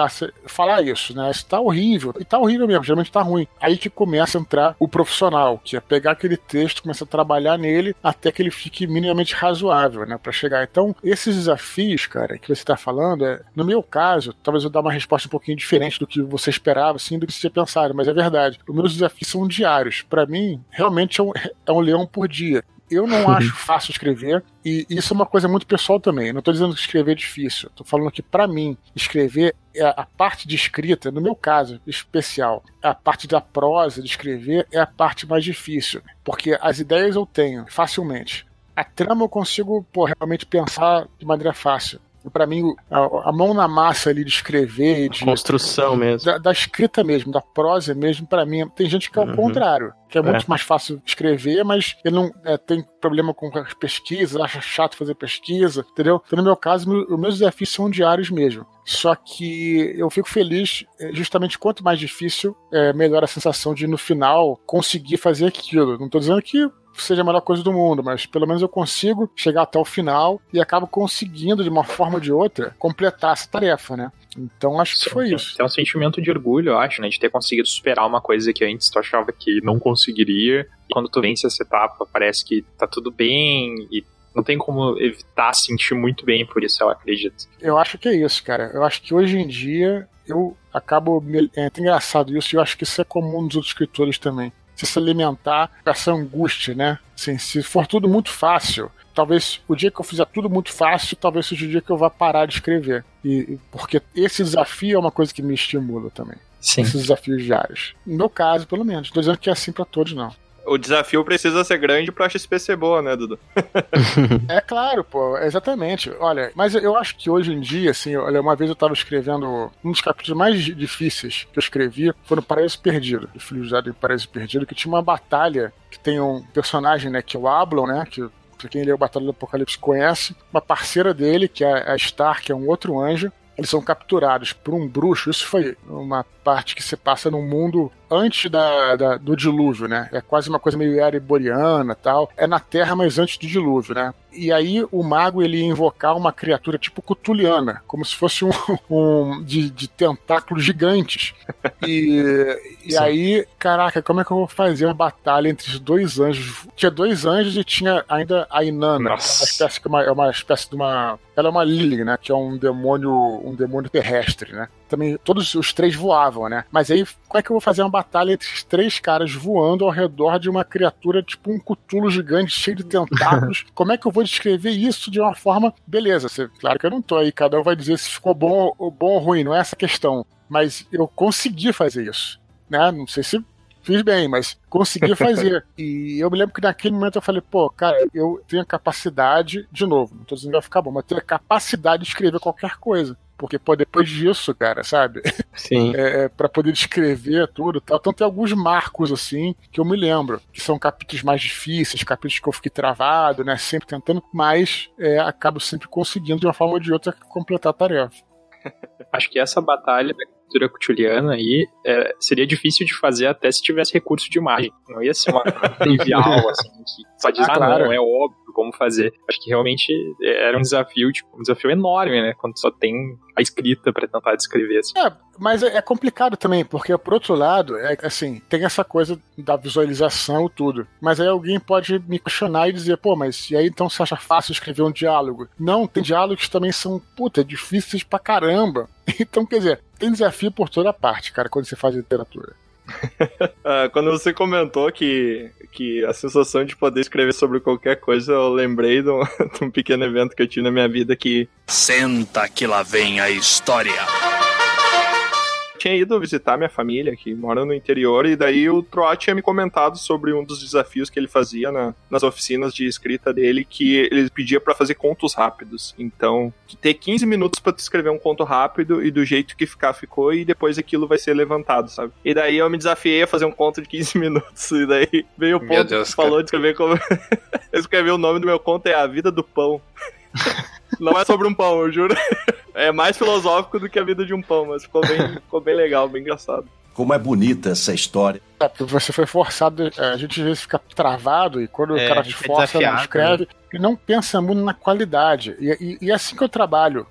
falar isso, né? Isso tá horrível. E tá horrível mesmo, geralmente tá ruim. Aí que começa a entrar o profissional, que é pegar aquele texto, começa a trabalhar nele até que ele fique minimamente razoável, né? Pra chegar. Então, esses desafios, cara, que você tá falando, no meu caso, talvez eu dar uma resposta um pouquinho diferente do que você esperava, assim, do que você tinha pensado, mas é verdade. Os meus desafios são diários. Pra mim, realmente é um leão por dia. Eu não acho fácil escrever, e isso é uma coisa muito pessoal também. Não estou dizendo que escrever é difícil. Estou falando que, para mim, escrever, a parte de escrita, no meu caso especial, a parte da prosa de escrever é a parte mais difícil. Porque as ideias eu tenho facilmente. A trama eu consigo, realmente pensar de maneira fácil. Pra mim, a mão na massa ali de escrever, de construção mesmo, da escrita mesmo, da prosa mesmo, pra mim, tem gente que é o contrário, que é muito mais fácil escrever, mas ele não tem problema com as pesquisas, acha chato fazer pesquisa, entendeu? Então, no meu caso, os meus desafios são diários mesmo. Só que eu fico feliz, justamente quanto mais difícil, melhor a sensação de, no final, conseguir fazer aquilo. Não tô dizendo que seja a melhor coisa do mundo, mas pelo menos eu consigo chegar até o final e acabo conseguindo, de uma forma ou de outra, completar essa tarefa, né? Então acho que foi isso. É um sentimento de orgulho, eu acho, né? De ter conseguido superar uma coisa que antes tu achava que não conseguiria. E quando tu vence essa etapa, parece que tá tudo bem e não tem como evitar sentir muito bem por isso, eu acredito. Eu acho que é isso, cara. Eu acho que hoje em dia eu acabo... É engraçado isso, e eu acho que isso é comum nos outros escritores também. Se alimentar dessa angústia, né? Assim, se for tudo muito fácil, talvez o dia que eu fizer tudo muito fácil, talvez seja o dia que eu vá parar de escrever. Porque esse desafio é uma coisa que me estimula também. Sim. Esses desafios diários. No meu caso, pelo menos. Não tô dizendo que é assim pra todos, não. O desafio precisa ser grande pra XP ser boa, né, Dudu? É claro, pô, exatamente. Olha, mas eu acho que hoje em dia, assim, olha, uma vez eu tava escrevendo um dos capítulos mais difíceis que eu escrevi foi no Paraíso Perdido, do Filho Usado em Paraíso Perdido, que tinha uma batalha que tem um personagem, né, que é o Ablon, né, que pra quem leu Batalha do Apocalipse conhece, uma parceira dele, que é a Star, que é um outro anjo. Eles são capturados por um bruxo. Isso foi uma parte que se passa num mundo antes do dilúvio, né? É quase uma coisa meio ereboriana e tal. É na Terra, mas antes do dilúvio, né? E aí o mago, ele ia invocar uma criatura tipo cutuliana, como se fosse de tentáculos gigantes. E aí, caraca, como é que eu vou fazer uma batalha entre os 2 anjos? Tinha 2 anjos e tinha ainda a Inanna, que é uma espécie de uma... Ela é uma Lily, né? Que é um demônio terrestre, né? Também todos os 3 voavam, né? Mas aí, como é que eu vou fazer uma batalha entre os 3 caras voando ao redor de uma criatura tipo um cutulo gigante cheio de tentáculos? Como é que eu vou descrever isso de uma forma... Beleza, claro que eu não tô aí, cada um vai dizer se ficou bom ou ruim, não é essa a questão. Mas eu consegui fazer isso, né? Não sei se fiz bem, mas consegui fazer. E eu me lembro que naquele momento eu falei, pô, cara, eu tenho a capacidade, de novo, não tô dizendo que vai ficar bom, mas tenho a capacidade de escrever qualquer coisa. Porque, pô, depois disso, cara, sabe? Sim. Pra poder descrever tudo e tal. Então tem alguns marcos, assim, que eu me lembro. Que são capítulos mais difíceis, capítulos que eu fiquei travado, né? Sempre tentando, mas acabo sempre conseguindo, de uma forma ou de outra, completar a tarefa. Acho que essa batalha da cultura cutuliana aí seria difícil de fazer até se tivesse recurso de imagem. Não ia ser uma trivial, assim, que só diz, claro. não, é óbvio, como fazer. Acho que realmente era um desafio, tipo, um desafio enorme, né? Quando só tem a escrita pra tentar descrever, assim. Mas é complicado também, porque por outro lado, assim, tem essa coisa da visualização e tudo. Mas aí alguém pode me questionar e dizer, pô, mas e aí então você acha fácil escrever um diálogo? Não, tem diálogos que também são, difíceis pra caramba. Então, quer dizer, tem desafio por toda parte, cara, quando você faz literatura. Quando você comentou que a sensação de poder escrever sobre qualquer coisa, eu lembrei de um pequeno evento que eu tive na minha vida que... Senta que lá vem a história. Tinha ido visitar minha família, que mora no interior, e daí o Troá tinha me comentado sobre um dos desafios que ele fazia nas oficinas de escrita dele, que ele pedia pra fazer contos rápidos. Então, ter 15 minutos pra tu escrever um conto rápido, e do jeito que ficou, e depois aquilo vai ser levantado, sabe? E daí eu me desafiei a fazer um conto de 15 minutos, e daí veio o ponto que falou de escrever como... Eu escrevi o nome do meu conto, é A Vida do Pão. Não é sobre um pão, eu juro. É mais filosófico do que a vida de um pão, mas ficou bem legal, bem engraçado. Como é bonita essa história. Porque você foi forçado, a gente às vezes fica travado, e quando o cara te força, não escreve, e não pensa muito na qualidade. E é assim que eu trabalho.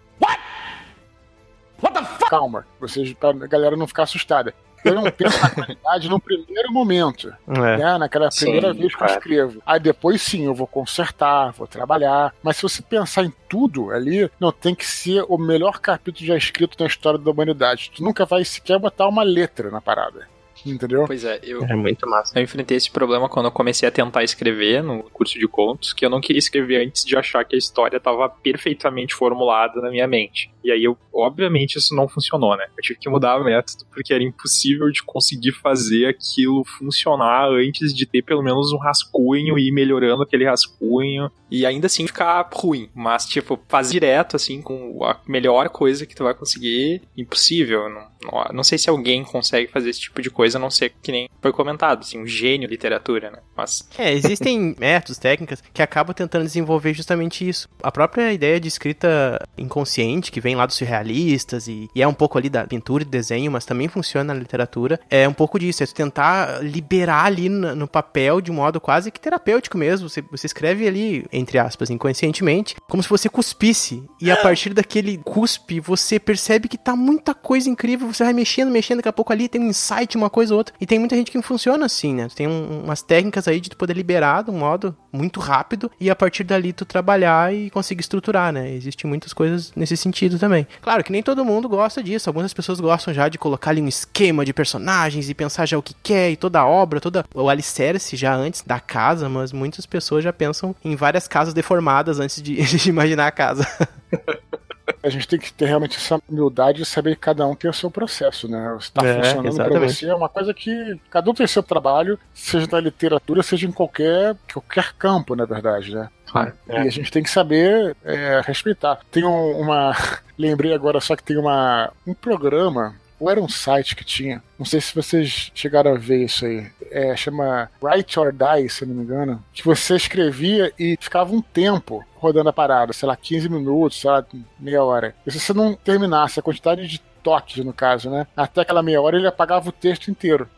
What the fuck? Calma, pra galera não ficar assustada. Eu não penso na qualidade no primeiro momento, né? Naquela primeira vez que eu escrevo. Aí depois sim, eu vou consertar, vou trabalhar. Mas se você pensar em tudo ali, não tem que ser o melhor capítulo já escrito na história da humanidade. Tu nunca vai sequer botar uma letra na parada. Entendeu? Pois é, é muito massa. Eu enfrentei esse problema quando eu comecei a tentar escrever no curso de contos, que eu não queria escrever antes de achar que a história estava perfeitamente formulada na minha mente. E aí, obviamente, isso não funcionou, né? Eu tive que mudar o método, porque era impossível de conseguir fazer aquilo funcionar antes de ter pelo menos um rascunho e ir melhorando aquele rascunho. E ainda assim ficar ruim. Mas, tipo, fazer direto, assim, com a melhor coisa que tu vai conseguir, impossível. Não sei se alguém consegue fazer esse tipo de coisa, a não ser que nem foi comentado, assim, um gênio de literatura, né? Mas... existem métodos, técnicas, que acabam tentando desenvolver justamente isso. A própria ideia de escrita inconsciente, que vem lá dos surrealistas, e é um pouco ali da pintura e desenho, mas também funciona na literatura, é um pouco disso, é tentar liberar ali no papel de um modo quase que terapêutico mesmo. Você escreve ali, entre aspas, inconscientemente, como se você cuspisse, e a partir daquele cuspe, você percebe que tá muita coisa incrível, você vai mexendo, daqui a pouco ali tem um insight, uma coisa ou outra, e tem muita gente que funciona assim, né? Tem umas técnicas aí de tu poder liberar de um modo muito rápido, e a partir dali tu trabalhar e conseguir estruturar, né? Existem muitas coisas nesse sentido também. Claro que nem todo mundo gosta disso, algumas pessoas gostam já de colocar ali um esquema de personagens e pensar já o que quer, e toda a obra, todo o alicerce já antes da casa, mas muitas pessoas já pensam em várias casas deformadas antes de imaginar a casa. A gente tem que ter realmente essa humildade de saber que cada um tem o seu processo, né? Se tá funcionando pra você, é uma coisa que cada um tem seu trabalho, seja na literatura, seja em qualquer campo, na verdade, né? Claro. E a gente tem que saber respeitar. Tem lembrei agora só que tem um programa, ou era um site que tinha, não sei se vocês chegaram a ver isso aí, chama Write or Die, se eu não me engano, que você escrevia e ficava um tempo rodando a parada, sei lá, 15 minutos, sei lá, meia hora. E se você não terminasse a quantidade de toques, no caso, né, até aquela meia hora, ele apagava o texto inteiro.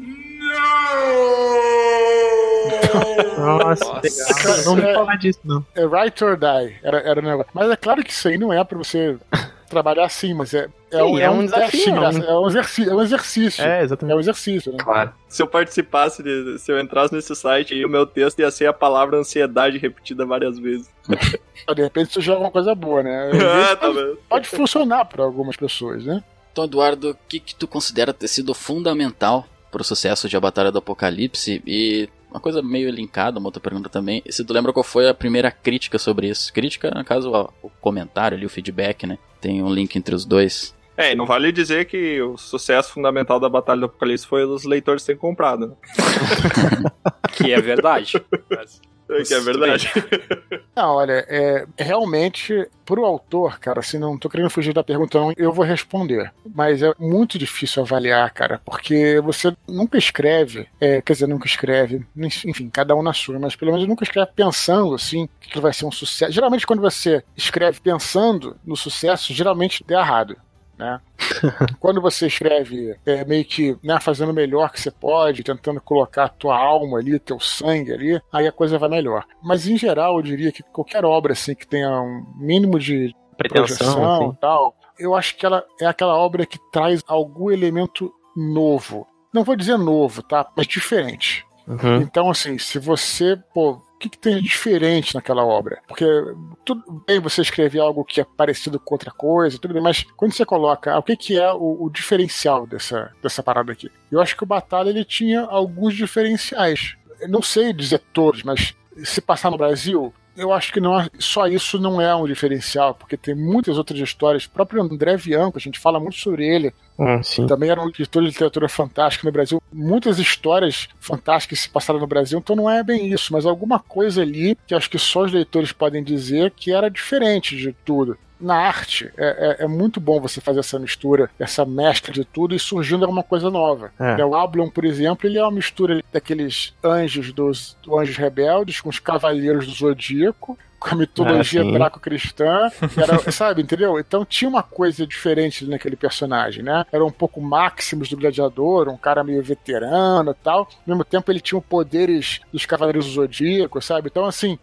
Nossa, legal. Não vou falar disso, não. É Write or Die, era o negócio. Mas é claro que isso aí não é pra você trabalhar assim, mas é um desafio, é um exercício. Exatamente. É um exercício, né? Claro. Se eu participasse, se eu entrasse nesse site, aí o meu texto ia ser a palavra ansiedade repetida várias vezes. De repente isso já é uma coisa boa, né? Pode funcionar para algumas pessoas, né? Então, Eduardo, o que tu considera ter sido fundamental para o sucesso de A Batalha do Apocalipse? E uma coisa meio linkada, uma outra pergunta também, se tu lembra qual foi a primeira crítica sobre isso? Crítica, no caso, o comentário ali, o feedback, né? Tem um link entre os dois. Não vale dizer que o sucesso fundamental da Batalha do Apocalipse foi os leitores terem comprado, né? Que é verdade. Que é verdade. Não, olha, realmente, pro autor, cara, assim, não tô querendo fugir da pergunta, não, eu vou responder. Mas é muito difícil avaliar, cara, porque você nunca escreve, nunca escreve, enfim, cada um na sua, mas pelo menos nunca escreve pensando, assim, que vai ser um sucesso. Geralmente, quando você escreve pensando no sucesso, geralmente dá errado, né? Quando você escreve meio que, né, fazendo o melhor que você pode, tentando colocar a tua alma ali, teu sangue ali, aí a coisa vai melhor. Mas em geral, eu diria que qualquer obra assim que tenha um mínimo de projeção e tal, eu acho que ela é aquela obra que traz algum elemento novo. Não vou dizer novo, tá? Mas diferente. Então, assim, se você, o que tem de diferente naquela obra? Porque tudo bem você escrever algo que é parecido com outra coisa, tudo bem, mas quando você coloca o que é o diferencial dessa parada aqui? Eu acho que o Batalha, ele tinha alguns diferenciais. Eu não sei dizer todos, mas se passar no Brasil, eu acho que só isso não é um diferencial, porque tem muitas outras histórias. O próprio André Bianco, a gente fala muito sobre ele. Sim. Também era um editor de literatura fantástica no Brasil. Muitas histórias fantásticas se passaram no Brasil, então não é bem isso, mas alguma coisa ali que acho que só os leitores podem dizer que era diferente de tudo. Na arte, é muito bom você fazer essa mistura, essa mescla de tudo e surgindo alguma coisa nova. O Ablon, por exemplo, ele é uma mistura daqueles anjos dos Anjos Rebeldes com os Cavaleiros do Zodíaco, com a mitologia hebraico-cristã, sabe, entendeu? Então tinha uma coisa diferente naquele personagem, né? Era um pouco Maximus do Gladiador, um cara meio veterano e tal. Ao mesmo tempo ele tinha os poderes dos Cavaleiros do Zodíaco, sabe? Então, assim,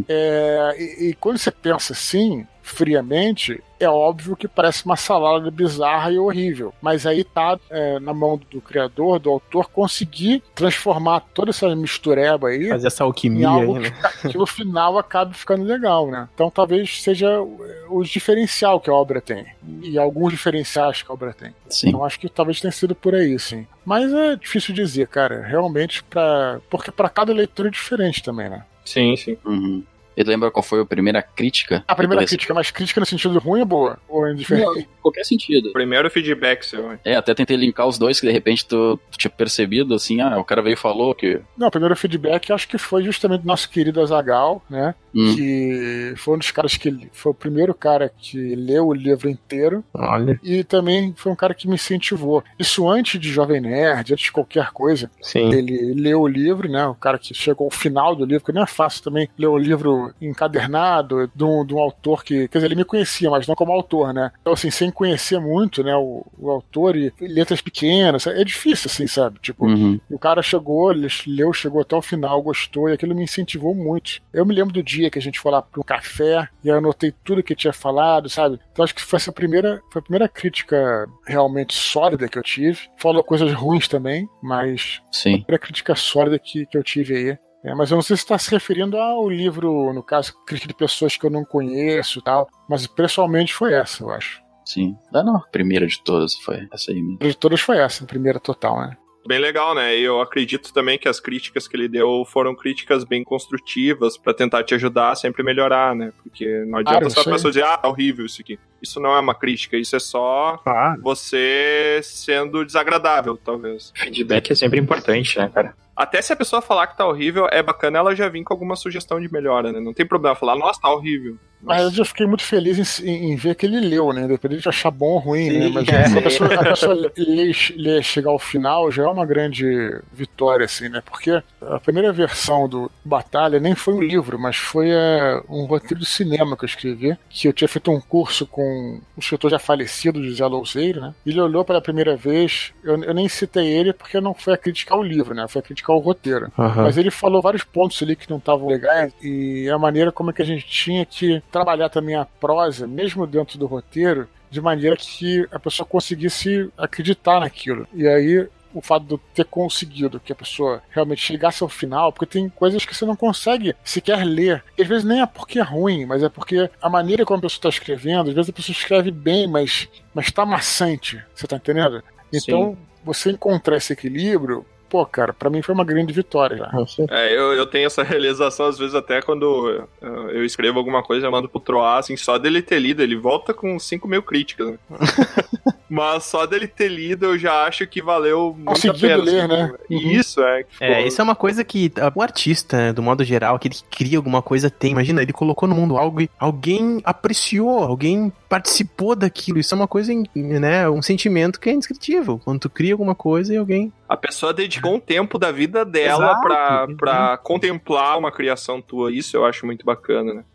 e quando você pensa assim, friamente, é óbvio que parece uma salada bizarra e horrível, mas aí tá na mão do criador, do autor, conseguir transformar toda essa mistureba aí, fazer essa alquimia em algo aí, né? que no final acabe ficando legal, né? Então talvez seja o diferencial que a obra tem, e alguns diferenciais que a obra tem. Sim. Então acho que talvez tenha sido por aí, sim. Mas é difícil dizer, cara, realmente, porque para cada leitor é diferente também, né? Sim, sim. E lembra qual foi a primeira crítica? A primeira crítica, mas crítica no sentido ruim ou boa? Ou indiferente? Não, em qualquer sentido. Primeiro feedback seu. Até tentei linkar os dois, que de repente tu tinha percebido, assim, o cara veio e falou que... Não, o primeiro feedback acho que foi justamente do nosso querido Azaghal, né? Que foi um dos caras que... Foi o primeiro cara que leu o livro inteiro. Olha. E também foi um cara que me incentivou. Isso antes de Jovem Nerd, antes de qualquer coisa. Sim. Ele leu o livro, né? O cara que chegou ao final do livro, que não é fácil também ler o livro encadernado de um autor que... Quer dizer, ele me conhecia, mas não como autor, né? Então, assim, sem conhecer muito, né, o autor e letras pequenas, é difícil, assim, sabe? Tipo, o cara chegou, ele leu, chegou até o final, gostou, e aquilo me incentivou muito. Eu me lembro do dia que a gente foi lá para um café e eu anotei tudo que tinha falado, sabe? Então acho que foi a primeira crítica realmente sólida que eu tive. Falou coisas ruins também, mas sim, a primeira crítica sólida que eu tive aí. Mas eu não sei se está se referindo ao livro, no caso, crítica de pessoas que eu não conheço e tal, mas pessoalmente foi essa, eu acho. Sim. Não, a primeira de todas foi essa aí mesmo. De todas foi essa, a primeira total, né? Bem legal, né? E eu acredito também que as críticas que ele deu foram críticas bem construtivas pra tentar te ajudar a sempre melhorar, né? Porque não adianta só a pessoa dizer, tá horrível isso aqui. Isso não é uma crítica, isso é só você sendo desagradável, talvez. Feedback é sempre importante, né, cara? Até se a pessoa falar que tá horrível, é bacana ela já vir com alguma sugestão de melhora, né? Não tem problema falar, nossa, tá horrível. Mas eu já fiquei muito feliz em ver que ele leu, né? Independente de achar bom ou ruim, né? Mas a pessoa ler, chegar ao final já é uma grande vitória, assim, né? Porque a primeira versão do Batalha nem foi um livro, mas foi um roteiro de cinema que eu escrevi, que eu tinha feito um curso com um escritor já falecido, José Louzeiro, né? Ele olhou pela primeira vez, eu nem citei ele porque não foi a crítica ao livro, né? Foi a crítica ao roteiro. Mas ele falou vários pontos ali que não estavam legais e a maneira como é que a gente tinha que trabalhar também a prosa, mesmo dentro do roteiro, de maneira que a pessoa conseguisse acreditar naquilo. E aí, o fato de eu ter conseguido que a pessoa realmente chegasse ao final, porque tem coisas que você não consegue sequer ler. E às vezes nem é porque é ruim, mas é porque a maneira como a pessoa está escrevendo, às vezes a pessoa escreve bem, mas tá maçante. Você tá entendendo? Então, você encontrar esse equilíbrio, pô, cara, pra mim foi uma grande vitória já. Eu tenho essa realização, às vezes, até quando eu escrevo alguma coisa, eu mando pro Troá, assim, só dele ter lido, ele volta com 5.000 críticas, né? Mas só dele ter lido, eu já acho que valeu muito a pena. Ler, né? Isso, isso é uma coisa que o artista, do modo geral, que ele cria alguma coisa, tem. Imagina, ele colocou no mundo algo e alguém apreciou, alguém participou daquilo. Isso é uma coisa, né, um sentimento que é indescritível. Quando tu cria alguma coisa e alguém... A pessoa dedicou um tempo da vida dela pra contemplar uma criação tua. Isso eu acho muito bacana, né?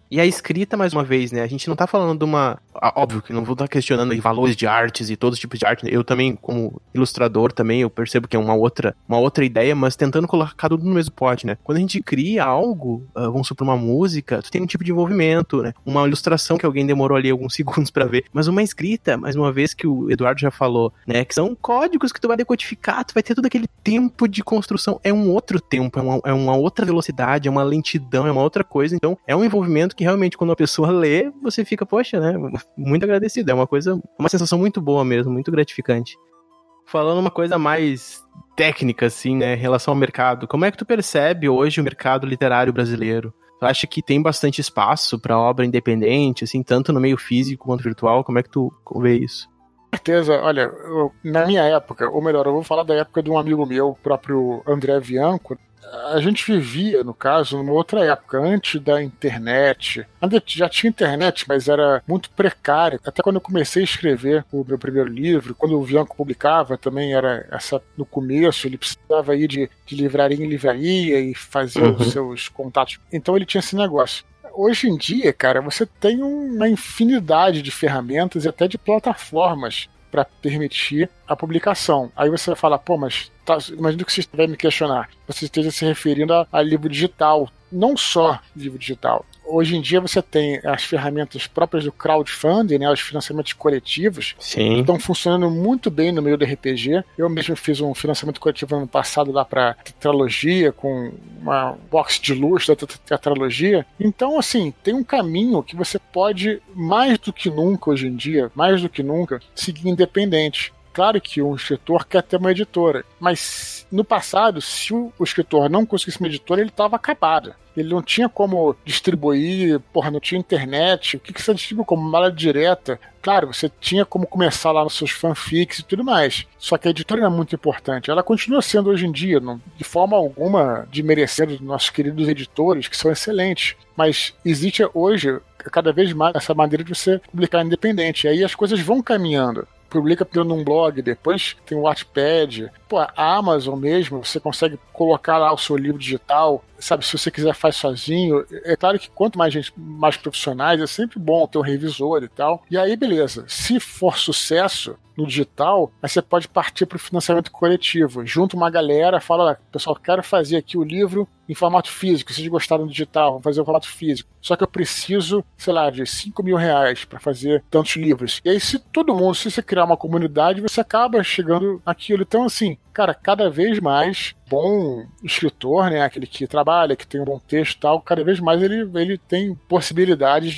E a escrita, mais uma vez, né? A gente não tá falando de uma... Óbvio que não vou estar questionando aí valores de artes e todos os tipos de arte. Eu também, como ilustrador, também, eu percebo que é uma outra ideia, mas tentando colocar tudo no mesmo pote, né? Quando a gente cria algo, vamos supor, uma música, tu tem um tipo de envolvimento, né? Uma ilustração que alguém demorou ali alguns segundos pra ver. Mas uma escrita, mais uma vez que o Eduardo já falou, né? Que são códigos que tu vai decodificar, tu vai ter todo aquele tempo de construção. É um outro tempo, é uma outra velocidade, é uma lentidão, é uma outra coisa. Então, é um envolvimento que realmente, quando a pessoa lê, você fica, poxa, né? Muito agradecido. É uma sensação muito boa mesmo, muito gratificante. Falando uma coisa mais técnica, assim, né? Em relação ao mercado. Como é que tu percebe hoje o mercado literário brasileiro? Tu acha que tem bastante espaço para obra independente, assim, tanto no meio físico quanto virtual? Como é que tu vê isso? Com certeza, olha, na minha época, ou melhor, eu vou falar da época de um amigo meu, o próprio André Bianco. A gente vivia, no caso, numa outra época, antes da internet. Ainda já tinha internet, mas era muito precário. Até quando eu comecei a escrever o meu primeiro livro, quando o Bianco publicava, também era no começo, ele precisava ir de livraria em livraria e fazer os seus contatos. Então ele tinha esse negócio. Hoje em dia, cara, você tem uma infinidade de ferramentas e até de plataformas para permitir a publicação. Aí você vai falar, pô, mas imagina que você vai me questionar. Você esteja se referindo a livro digital. Não só livro digital. Hoje em dia você tem as ferramentas próprias do crowdfunding, né, os financiamentos coletivos. Sim. Que estão funcionando muito bem no meio do RPG. Eu mesmo fiz um financiamento coletivo ano passado lá para tetralogia, com uma box de luz da tetralogia. Então, assim, tem um caminho que você pode, mais do que nunca hoje em dia, mais do que nunca, seguir independente. Claro que um escritor quer ter uma editora, mas no passado, se o escritor não conseguisse uma editora, ele estava acabado. Ele não tinha como distribuir, não tinha internet. O que você distribui como mala direta? Claro, você tinha como começar lá nos seus fanfics e tudo mais. Só que a editora é muito importante. Ela continua sendo hoje em dia, de forma alguma, de merecer dos nossos queridos editores, que são excelentes. Mas existe hoje, cada vez mais, essa maneira de você publicar independente. E aí as coisas vão caminhando. Publica primeiro num blog, depois tem o Wattpad. A Amazon mesmo, você consegue colocar lá o seu livro digital, sabe? Se você quiser faz sozinho. É claro que quanto mais gente, mais profissionais, é sempre bom ter um revisor e tal. E aí, beleza. Se for sucesso no digital, aí você pode partir para o financiamento coletivo. Junta uma galera, fala, pessoal, quero fazer aqui o livro em formato físico. Se vocês gostaram do digital, vou fazer o formato físico. Só que eu preciso, sei lá, de R$5.000 para fazer tantos livros. E aí, se você criar uma comunidade, você acaba chegando naquilo. Então, assim, cara, cada vez mais bom escritor, né, aquele que trabalha, que tem um bom texto e tal, cada vez mais ele tem possibilidades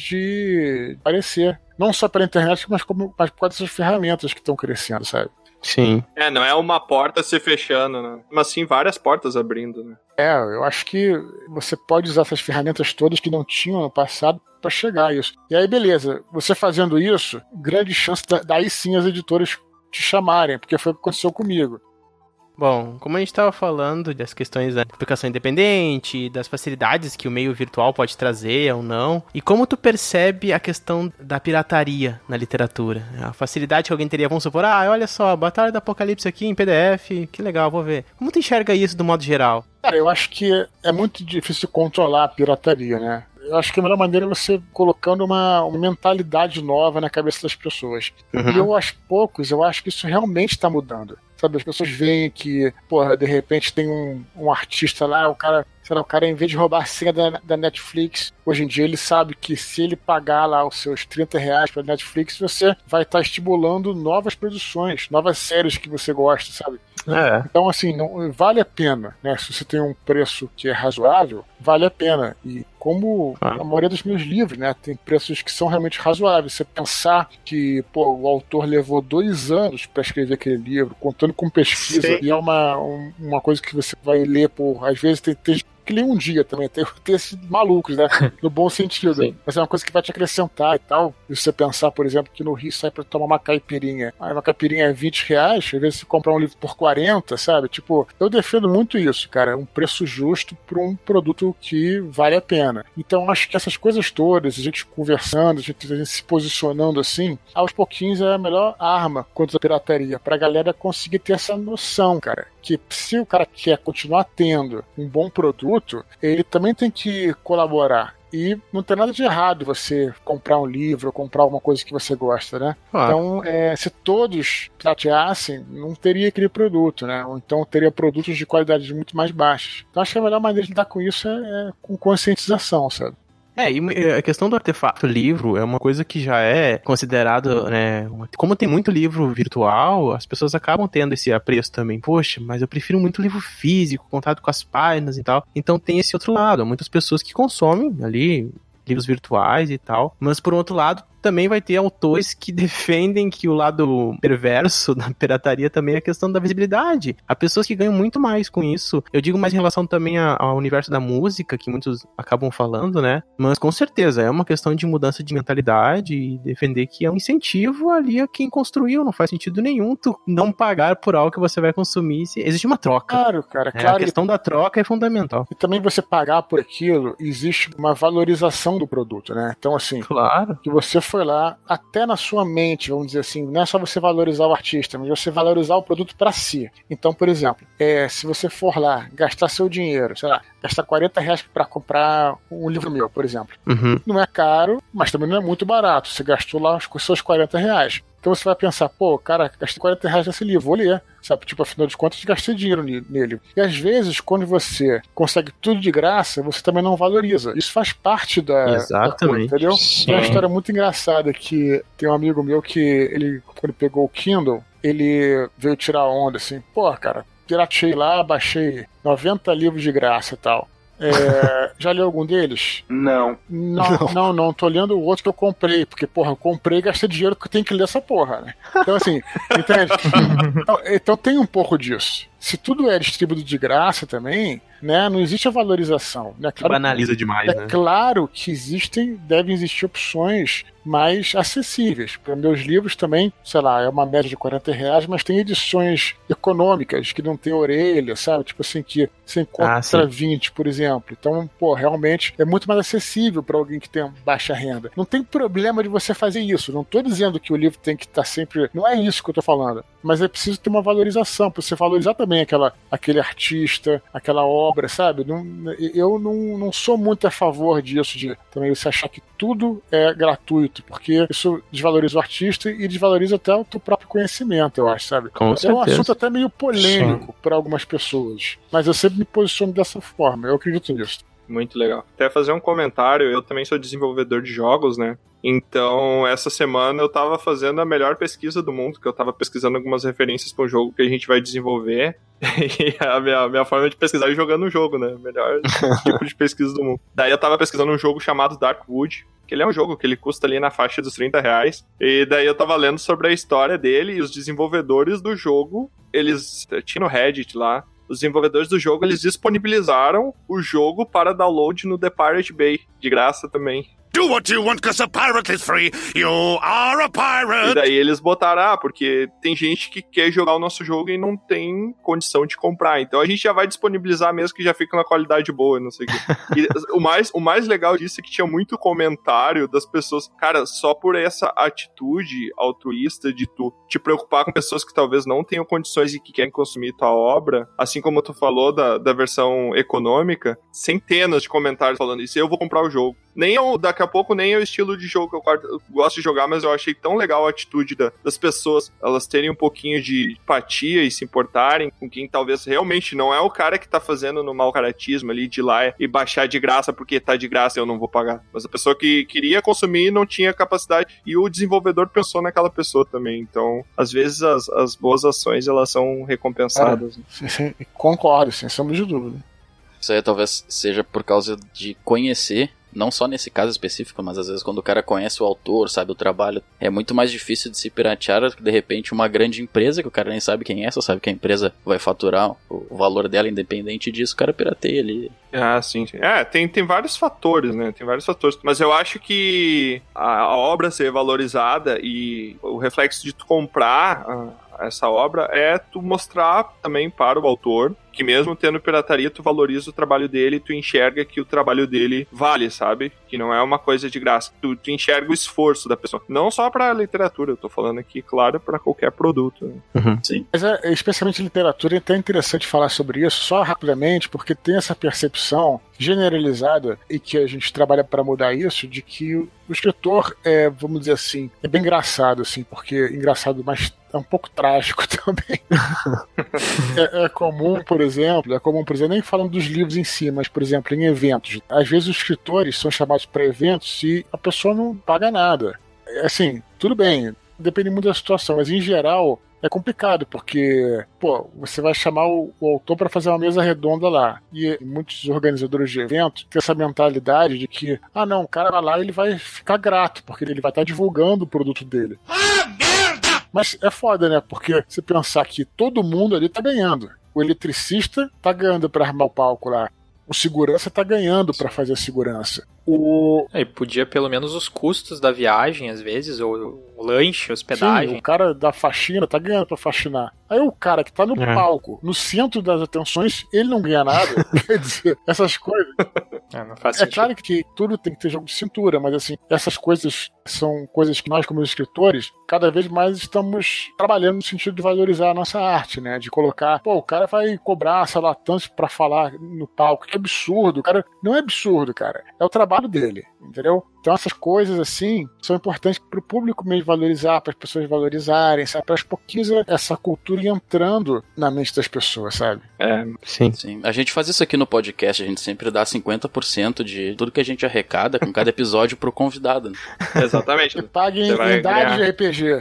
de aparecer. Não só pela internet, mas por causa dessas ferramentas que estão crescendo, sabe? Sim. Não é uma porta se fechando, né? Mas sim várias portas abrindo, né? Eu acho que você pode usar essas ferramentas todas que não tinham no passado para chegar a isso. E aí, beleza, você fazendo isso, grande chance daí sim as editoras te chamarem, porque foi o que aconteceu comigo. Bom, como a gente estava falando das questões da publicação independente, das facilidades que o meio virtual pode trazer ou não, e como tu percebe a questão da pirataria na literatura? A facilidade que alguém teria, vamos supor, olha só, Batalha do Apocalipse aqui em PDF, que legal, vou ver. Como tu enxerga isso do modo geral? Cara, eu acho que é muito difícil controlar a pirataria, né? Eu acho que a melhor maneira é você colocando uma mentalidade nova na cabeça das pessoas. E aos poucos, eu acho que isso realmente está mudando. Sabe, as pessoas veem que, de repente tem um artista lá, o cara, em vez de roubar a senha da Netflix, hoje em dia ele sabe que se ele pagar lá os seus R$30 para Netflix, você vai estar estimulando novas produções, novas séries que você gosta, sabe? Então, assim, não, vale a pena, né? Se você tem um preço que é razoável, vale a pena. E como a maioria dos meus livros, né, tem preços que são realmente razoáveis. Você pensar que, o autor levou 2 anos para escrever aquele livro, contando com pesquisa, Sim. E é uma coisa que você vai ler às vezes tem que ler um dia também, tem esses malucos, né? No bom sentido. Sim. Mas é uma coisa que vai te acrescentar e tal. E você pensar, por exemplo, que no Rio sai pra tomar uma caipirinha. Uma caipirinha é R$20, às vezes você comprar um livro por 40, sabe? Eu defendo muito isso, cara. Um preço justo pra um produto que vale a pena. Então, acho que essas coisas todas, a gente conversando, a gente se posicionando assim, aos pouquinhos é a melhor arma contra a pirataria, pra galera conseguir ter essa noção, cara. Que se o cara quer continuar tendo um bom produto, ele também tem que colaborar. E não tem nada de errado você comprar um livro ou comprar alguma coisa que você gosta, né? Então, se todos prateassem, não teria aquele produto, né? Ou então teria produtos de qualidade muito mais baixas. Então acho que a melhor maneira de lidar com isso é com conscientização, sabe? E a questão do artefato livro é uma coisa que já é considerada, né? Como tem muito livro virtual, as pessoas acabam tendo esse apreço também. Poxa, mas eu prefiro muito livro físico, contato com as páginas e tal. Então tem esse outro lado. Há muitas pessoas que consomem ali livros virtuais e tal. Mas por outro lado, também vai ter autores que defendem que o lado perverso da pirataria também é a questão da visibilidade. Há pessoas que ganham muito mais com isso. Eu digo mais em relação também ao universo da música, que muitos acabam falando, né? Mas com certeza, é uma questão de mudança de mentalidade e defender que é um incentivo ali a quem construiu. Não faz sentido nenhum tu não pagar por algo que você vai consumir. Existe uma troca. Claro, cara, claro. A questão da troca é fundamental. E também você pagar por aquilo, existe uma valorização do produto, né? Então, assim, claro, que você foi lá, até na sua mente, vamos dizer assim, não é só você valorizar o artista, mas você valorizar o produto para si. Então, por exemplo, se você for lá, gastar seu dinheiro, sei lá, gastar R$40 para comprar um livro meu, por exemplo. Não é caro, mas também não é muito barato. Você gastou lá os seus R$40. Então você vai pensar, pô, cara, gastei R$40 nesse livro, vou ler. Sabe, tipo, afinal de contas, gastei dinheiro nele. E às vezes, quando você consegue tudo de graça, você também não valoriza. Isso faz parte da coisa, entendeu? Sim. Tem uma história muito engraçada que tem um amigo meu que, quando ele pegou o Kindle, ele veio tirar onda, assim, pô, cara, pirateei lá, baixei 90 livros de graça e tal. Já leu algum deles? Não. Não, tô lendo o outro que eu comprei, porque, porra, eu comprei e gastei dinheiro que eu tenho que ler essa porra, né? Então, assim, entende? Então tem um pouco disso. Se tudo é distribuído de graça também, né, não existe a valorização. Né? Claro, banaliza demais, né? É claro que devem existir opções mais acessíveis. Para meus livros também, sei lá, é uma média de R$40, mas tem edições econômicas que não tem orelha, sabe? Tipo assim, que você encontra 20, por exemplo. Então, pô, realmente é muito mais acessível para alguém que tem baixa renda. Não tem problema de você fazer isso. Não tô dizendo que o livro tem que estar sempre... Não é isso que eu tô falando. Mas é preciso ter uma valorização, para você valorizar também aquele artista, aquela obra, sabe? Eu não sou muito a favor disso, de também você achar que tudo é gratuito, porque isso desvaloriza o artista e desvaloriza até o teu próprio conhecimento, eu acho, sabe? Com certeza. Um assunto até meio polêmico para algumas pessoas, mas eu sempre me posiciono dessa forma, eu acredito nisso. Muito legal. Até fazer um comentário, eu também sou desenvolvedor de jogos, né? Então, essa semana eu tava fazendo a melhor pesquisa do mundo, que eu tava pesquisando algumas referências para um jogo que a gente vai desenvolver. E a minha forma de pesquisar é jogando o jogo, né? Melhor tipo de pesquisa do mundo. Daí eu tava pesquisando um jogo chamado Darkwood, que ele é um jogo que ele custa ali na faixa dos R$30. E daí eu tava lendo sobre a história dele e os desenvolvedores do jogo, eles tinham no Reddit lá, os desenvolvedores do jogo, eles disponibilizaram o jogo para download no The Pirate Bay, de graça também. Do what you want, 'cause a pirate is free. You are a pirate. E daí eles botaram, porque tem gente que quer jogar o nosso jogo e não tem condição de comprar. Então a gente já vai disponibilizar mesmo, que já fica na qualidade boa, não sei o quê. E o mais legal disso é que tinha muito comentário das pessoas, cara, só por essa atitude altruísta de tu te preocupar com pessoas que talvez não tenham condições e que querem consumir tua obra, assim como tu falou da versão econômica, centenas de comentários falando isso, eu vou comprar o jogo. Daqui a pouco nem é o estilo de jogo que eu gosto de jogar, mas eu achei tão legal a atitude das pessoas, elas terem um pouquinho de empatia e se importarem com quem talvez realmente não é o cara que tá fazendo no mau caratismo ali, de ir lá e baixar de graça porque tá de graça e eu não vou pagar. Mas a pessoa que queria consumir e não tinha capacidade, e o desenvolvedor pensou naquela pessoa também. Então, às vezes as boas ações, elas são recompensadas. Sim, concordo, sem sombra de dúvida. Isso aí talvez seja por causa de conhecer, não só nesse caso específico, mas às vezes quando o cara conhece o autor, sabe o trabalho, é muito mais difícil de se piratear do que de repente uma grande empresa que o cara nem sabe quem é, só sabe que a empresa vai faturar o valor dela, independente disso, o cara pirateia ali. Ah, sim. Tem vários fatores, né? Tem vários fatores. Mas eu acho que a obra ser valorizada e o reflexo de tu comprar essa obra é tu mostrar também para o autor que mesmo tendo pirataria, tu valoriza o trabalho dele, tu enxerga que o trabalho dele vale, sabe? Que não é uma coisa de graça. Tu enxerga o esforço da pessoa. Não só pra literatura, eu tô falando aqui, claro, pra qualquer produto. Né? Uhum. Sim. Mas especialmente literatura, é até interessante falar sobre isso, só rapidamente, porque tem essa percepção generalizada, e que a gente trabalha para mudar isso, de que o escritor vamos dizer assim, é bem engraçado, assim, porque engraçado, mas é um pouco trágico também. é comum, por exemplo, nem falando dos livros em si, mas, por exemplo, em eventos. Às vezes os escritores são chamados para eventos e a pessoa não paga nada. Assim, tudo bem, depende muito da situação, mas em geral é complicado, porque, você vai chamar o autor para fazer uma mesa redonda lá. E muitos organizadores de eventos têm essa mentalidade de que, não, o cara vai lá e ele vai ficar grato, porque ele vai estar divulgando o produto dele. Mas é foda, né? Porque você pensar que todo mundo ali tá ganhando. O eletricista tá ganhando pra armar o palco lá. O segurança tá ganhando pra fazer a segurança. E podia pelo menos os custos da viagem, às vezes, ou o lanche, hospedagem. Sim, o cara da faxina tá ganhando pra faxinar. Aí o cara que tá no palco, no centro das atenções, ele não ganha nada. Quer dizer, essas coisas... Não faz sentido. É claro que tudo tem que ter jogo de cintura, mas assim, essas coisas são coisas que nós, como escritores, cada vez mais estamos trabalhando no sentido de valorizar a nossa arte, né? De colocar, o cara vai cobrar, sei lá, tanto pra falar no palco. Que absurdo, cara. Não é absurdo, cara. É o trabalho dele, entendeu? Então essas coisas, assim, são importantes pro público mesmo valorizar, para as pessoas valorizarem, sabe? Para aos pouquinhos essa cultura ir entrando na mente das pessoas, sabe? Sim. A gente faz isso aqui no podcast, a gente sempre dá 50% de tudo que a gente arrecada com cada episódio pro convidado. Né? Exatamente. E paguem em dados de RPG.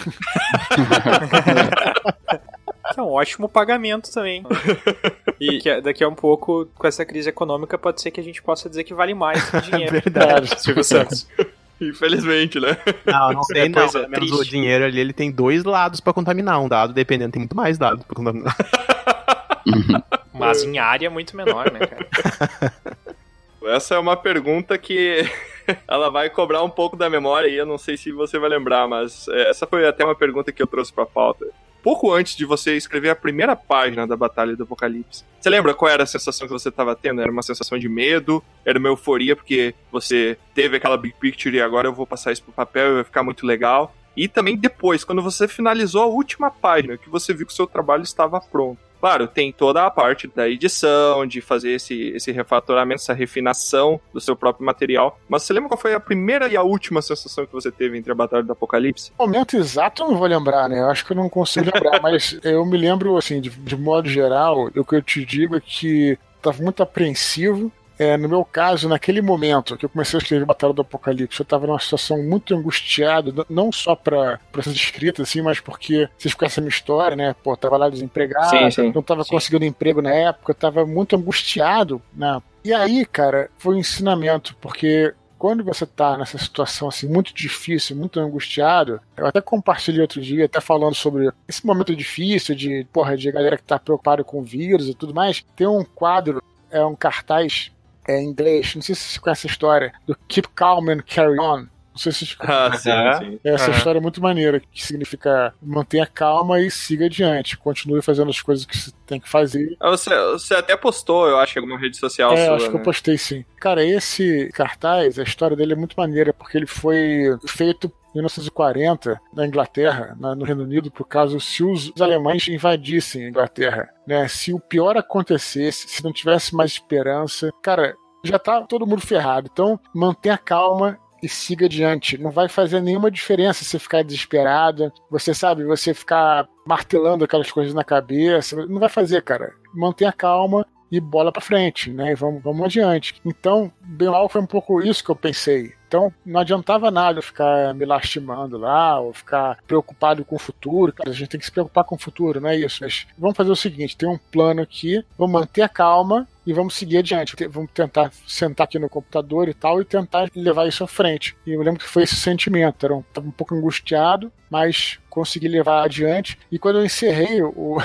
É um ótimo pagamento também. E daqui a um pouco, com essa crise econômica, pode ser que a gente possa dizer que vale mais que dinheiro. Verdade. Silvio Santos. Infelizmente, né? Não sei não. Coisa Pelo menos o dinheiro ali, ele tem 2 lados pra contaminar. Um dado, dependendo, tem muito mais dados pra contaminar. Mas em área muito menor, né, cara? Essa é uma pergunta que ela vai cobrar um pouco da memória e eu não sei se você vai lembrar, mas essa foi até uma pergunta que eu trouxe pra pauta. Pouco antes de você escrever a primeira página da Batalha do Apocalipse, você lembra qual era a sensação que você estava tendo? Era uma sensação de medo? Era uma euforia porque você teve aquela big picture e agora eu vou passar isso pro papel e vai ficar muito legal? E também depois, quando você finalizou a última página, que você viu que o seu trabalho estava pronto. Claro, tem toda a parte da edição, de fazer esse refatoramento, essa refinação do seu próprio material. Mas você lembra qual foi a primeira e a última sensação que você teve entre a Batalha do Apocalipse? O momento exato eu não vou lembrar, né? Eu acho que eu não consigo lembrar, mas eu me lembro, assim, de modo geral, o que eu te digo é que estava muito apreensivo. No meu caso, naquele momento que eu comecei a escrever Batalha do Apocalipse, eu estava numa situação muito angustiada, não só para essas escritas, assim, mas porque vocês conhecem a minha história, né? Eu tava lá desempregado, não estava conseguindo emprego na época, eu estava muito angustiado, né? E aí, cara, foi um ensinamento, porque quando você tá nessa situação assim muito difícil, muito angustiado, eu até compartilhei outro dia, até falando sobre esse momento difícil de galera que tá preocupada com o vírus e tudo mais, tem um quadro, um cartaz em inglês, não sei se você conhece a história, do Keep Calm and Carry On. Não sei se sim. Essa história é muito maneira, que significa mantenha calma e siga adiante, continue fazendo as coisas que você tem que fazer. Você até postou, eu acho, em alguma rede social sua, acho que eu postei sim. Cara, esse cartaz, a história dele é muito maneira, porque ele foi feito em 1940, na Inglaterra, no Reino Unido, por causa se os alemães invadissem a Inglaterra, né? Se o pior acontecesse, se não tivesse mais esperança, cara, já tá todo mundo ferrado. Então, mantenha calma e siga adiante. Não vai fazer nenhuma diferença você ficar desesperada, você ficar martelando aquelas coisas na cabeça. Não vai fazer, cara. Mantenha calma e bola pra frente, né? E vamos adiante. Então, bem mal foi um pouco isso que eu pensei. Então, não adiantava nada eu ficar me lastimando lá, ou ficar preocupado com o futuro. Cara, a gente tem que se preocupar com o futuro, não é isso? Mas vamos fazer o seguinte, tem um plano aqui, vamos manter a calma e vamos seguir adiante. Vamos tentar sentar aqui no computador e tal, e tentar levar isso à frente. E eu lembro que foi esse sentimento. Estava um pouco angustiado, mas consegui levar adiante. E quando eu encerrei,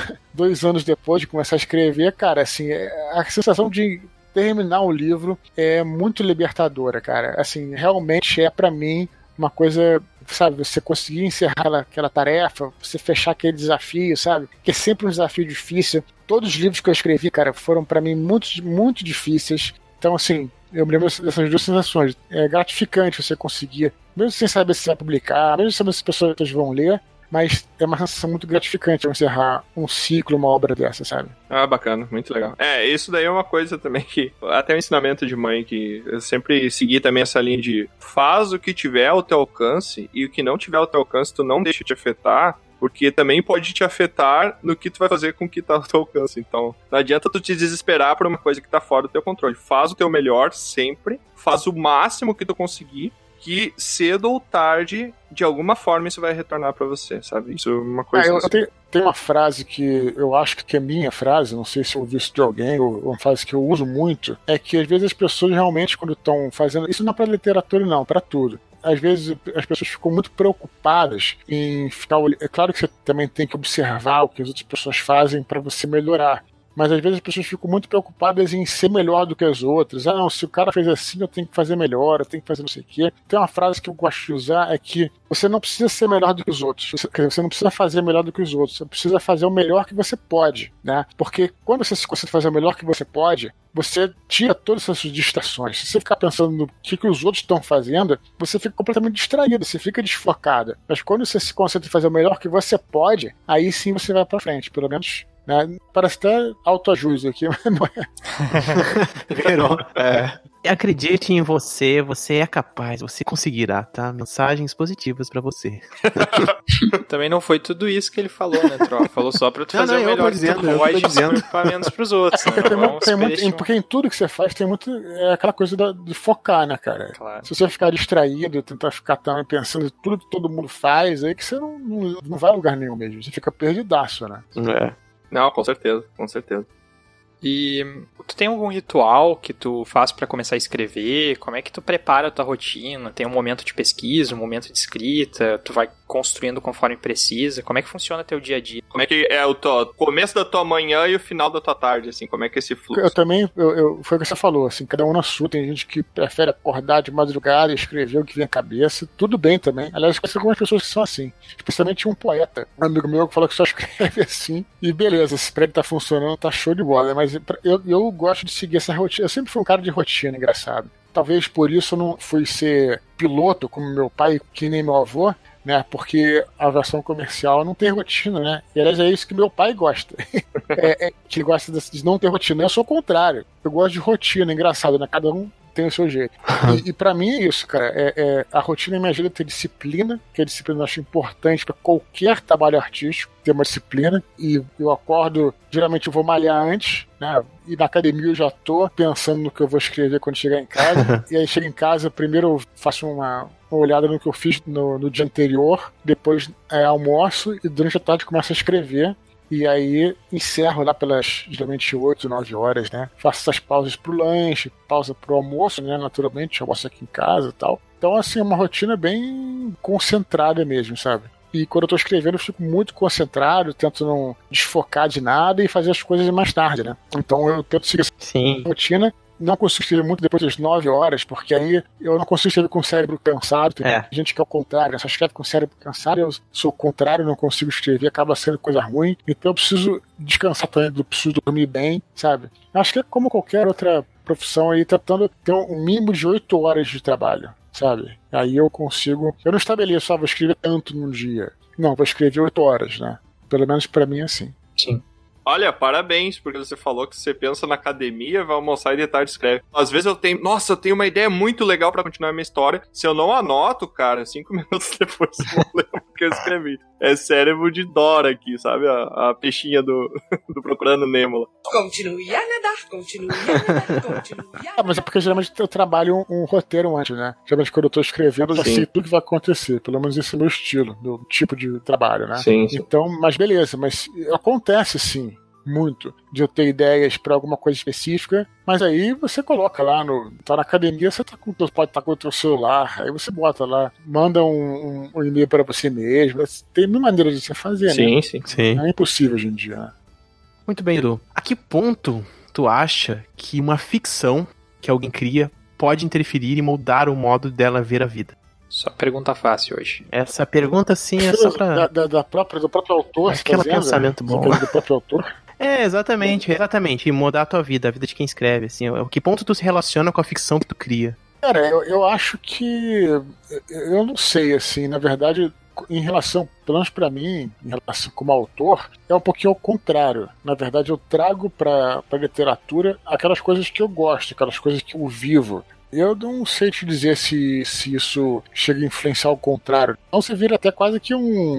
2 anos depois de começar a escrever, cara, assim, a sensação de terminar o livro é muito libertadora, cara. Assim, realmente pra mim, uma coisa, sabe, você conseguir encerrar aquela tarefa, você fechar aquele desafio, sabe? Que é sempre um desafio difícil. Todos os livros que eu escrevi, cara, foram pra mim muito, muito difíceis. Então, assim, eu me lembro dessas duas sensações. É gratificante você conseguir, mesmo sem saber se vai publicar, mesmo sem saber se as pessoas vão ler, mas é uma sensação muito gratificante encerrar um ciclo, uma obra dessa, sabe? Ah, bacana, muito legal. Isso daí é uma coisa também que, até um ensinamento de mãe, que eu sempre segui também essa linha de faz o que tiver ao teu alcance, e o que não tiver ao teu alcance, tu não deixa te afetar, porque também pode te afetar no que tu vai fazer com o que tá ao teu alcance. Então, não adianta tu te desesperar por uma coisa que tá fora do teu controle. Faz o teu melhor sempre, faz o máximo que tu conseguir, que cedo ou tarde, de alguma forma, isso vai retornar pra você, sabe? Isso é uma coisa... Eu tenho uma frase que eu acho que é minha frase, não sei se eu ouvi isso de alguém, ou uma frase que eu uso muito, é que às vezes as pessoas realmente, quando estão fazendo... Isso não é pra literatura, não, pra tudo. Às vezes as pessoas ficam muito preocupadas em ficar... É claro que você também tem que observar o que as outras pessoas fazem pra você melhorar. Mas às vezes as pessoas ficam muito preocupadas em ser melhor do que as outras. Não, se o cara fez assim, eu tenho que fazer melhor, eu tenho que fazer não sei o quê. Tem uma frase que eu gosto de usar, é que você não precisa ser melhor do que os outros. Você não precisa fazer melhor do que os outros. Você precisa fazer o melhor que você pode, né? Porque quando você se consegue fazer o melhor que você pode, você tira todas essas distrações. Se você ficar pensando no que os outros estão fazendo, você fica completamente distraído, você fica desfocado. Mas quando você se concentra em fazer o melhor que você pode, aí sim você vai pra frente, pelo menos... Né? Parece até autoajuste aqui, mas não é. Virou. Acredite em você, você é capaz, você conseguirá, tá? Mensagens positivas pra você. Também não foi tudo isso que ele falou, né, Tro? Falou só pra tu fazer o melhor que tu pode e se preocupar menos pros outros. Né? Porque em tudo que você faz tem muito aquela coisa de focar, né, cara? Claro. Se você ficar distraído, tentar ficar também pensando em tudo que todo mundo faz, aí que você não vai a lugar nenhum mesmo. Você fica perdidaço, né? Não, com certeza, com certeza. E tu tem algum ritual que tu faz pra começar a escrever? Como é que tu prepara a tua rotina? Tem um momento de pesquisa, um momento de escrita? Tu vai construindo conforme precisa? Como é que funciona teu dia a dia? Como é que é o começo da tua manhã e o final da tua tarde, assim? Como é que é esse fluxo? Eu também, foi o que você falou, assim, cada um na sua. Tem gente que prefere acordar de madrugada e escrever o que vem à cabeça. Tudo bem também. Aliás, eu conheço algumas pessoas que são assim. Especialmente um poeta, um amigo meu que falou que só escreve assim. E beleza, esse prédio tá funcionando, tá show de bola. Mas eu gosto de seguir essa rotina. Eu sempre fui um cara de rotina, engraçado. Talvez por isso eu não fui ser piloto como meu pai, que nem meu avô, né? Porque a aviação comercial não tem rotina, né? E aliás é isso que meu pai gosta. Que ele gosta de não ter rotina. Eu sou o contrário. Eu gosto de rotina, engraçado, né? Cada um tem o seu jeito. E pra mim é isso, cara. A rotina me ajuda a ter disciplina, que a disciplina eu acho importante pra qualquer trabalho artístico, ter uma disciplina. E eu acordo, geralmente eu vou malhar antes, né? E na academia eu já tô pensando no que eu vou escrever quando chegar em casa. E aí chego em casa, primeiro eu faço uma olhada no que eu fiz no dia anterior, depois almoço e durante a tarde começo a escrever. E aí encerro lá pelas, geralmente, 8, 9 horas, né? Faço essas pausas pro lanche, pausa pro almoço, né? Naturalmente, eu almoço aqui em casa e tal. Então, assim, é uma rotina bem concentrada mesmo, sabe? E quando eu tô escrevendo, eu fico muito concentrado, tento não desfocar de nada e fazer as coisas mais tarde, né? Então eu tento seguir essa rotina. Não consigo escrever muito depois das 9 horas, porque aí eu não consigo escrever com o cérebro cansado. Tem gente que é o contrário, só escreve com o cérebro cansado. Eu sou o contrário, não consigo escrever, acaba sendo coisa ruim. Então eu preciso descansar também, eu preciso dormir bem, sabe? Acho que é como qualquer outra profissão aí, tentando ter um mínimo de 8 horas de trabalho, sabe? Aí eu consigo... Eu não estabeleço, vou escrever tanto num dia. Não, vou escrever 8 horas, né? Pelo menos pra mim é assim. Sim. Olha, parabéns, porque você falou que você pensa na academia, vai almoçar e de tarde escreve. Às vezes eu tenho uma ideia muito legal pra continuar a minha história. Se eu não anoto, cara, 5 minutos depois eu não lembro o que eu escrevi. É cérebro de Dora aqui, sabe? A peixinha do Procurando Nemo lá. Continue a nadar, continue a nadar, continue a nadar. Mas é porque geralmente eu trabalho um roteiro antes, né? Geralmente quando eu tô escrevendo, eu já sei tudo que vai acontecer. Pelo menos esse é o meu estilo, meu tipo de trabalho, né? Sim. Então, mas beleza, mas acontece sim. Muito, de eu ter ideias pra alguma coisa específica, mas aí você coloca lá tá na academia, você pode estar com o teu celular, aí você bota lá, manda um e-mail pra você mesmo, tem mil maneiras de você fazer, né? Sim. Não é impossível hoje em dia, né? Muito bem, Edu. A que ponto tu acha que uma ficção que alguém cria pode interferir e moldar o modo dela ver a vida? Só pergunta fácil hoje. Essa pergunta, sim, é só pra... do próprio autor, aquele pensamento bom. Do próprio autor. Exatamente. E mudar a tua vida, a vida de quem escreve, assim. Que ponto tu se relaciona com a ficção que tu cria? Cara, eu acho que... Eu não sei, assim, na verdade... Em relação, pelo menos pra mim, em relação como autor, é um pouquinho ao contrário. Na verdade, eu trago pra literatura aquelas coisas que eu gosto, aquelas coisas que eu vivo. Eu não sei te dizer se isso chega a influenciar o contrário. Então você vira até quase que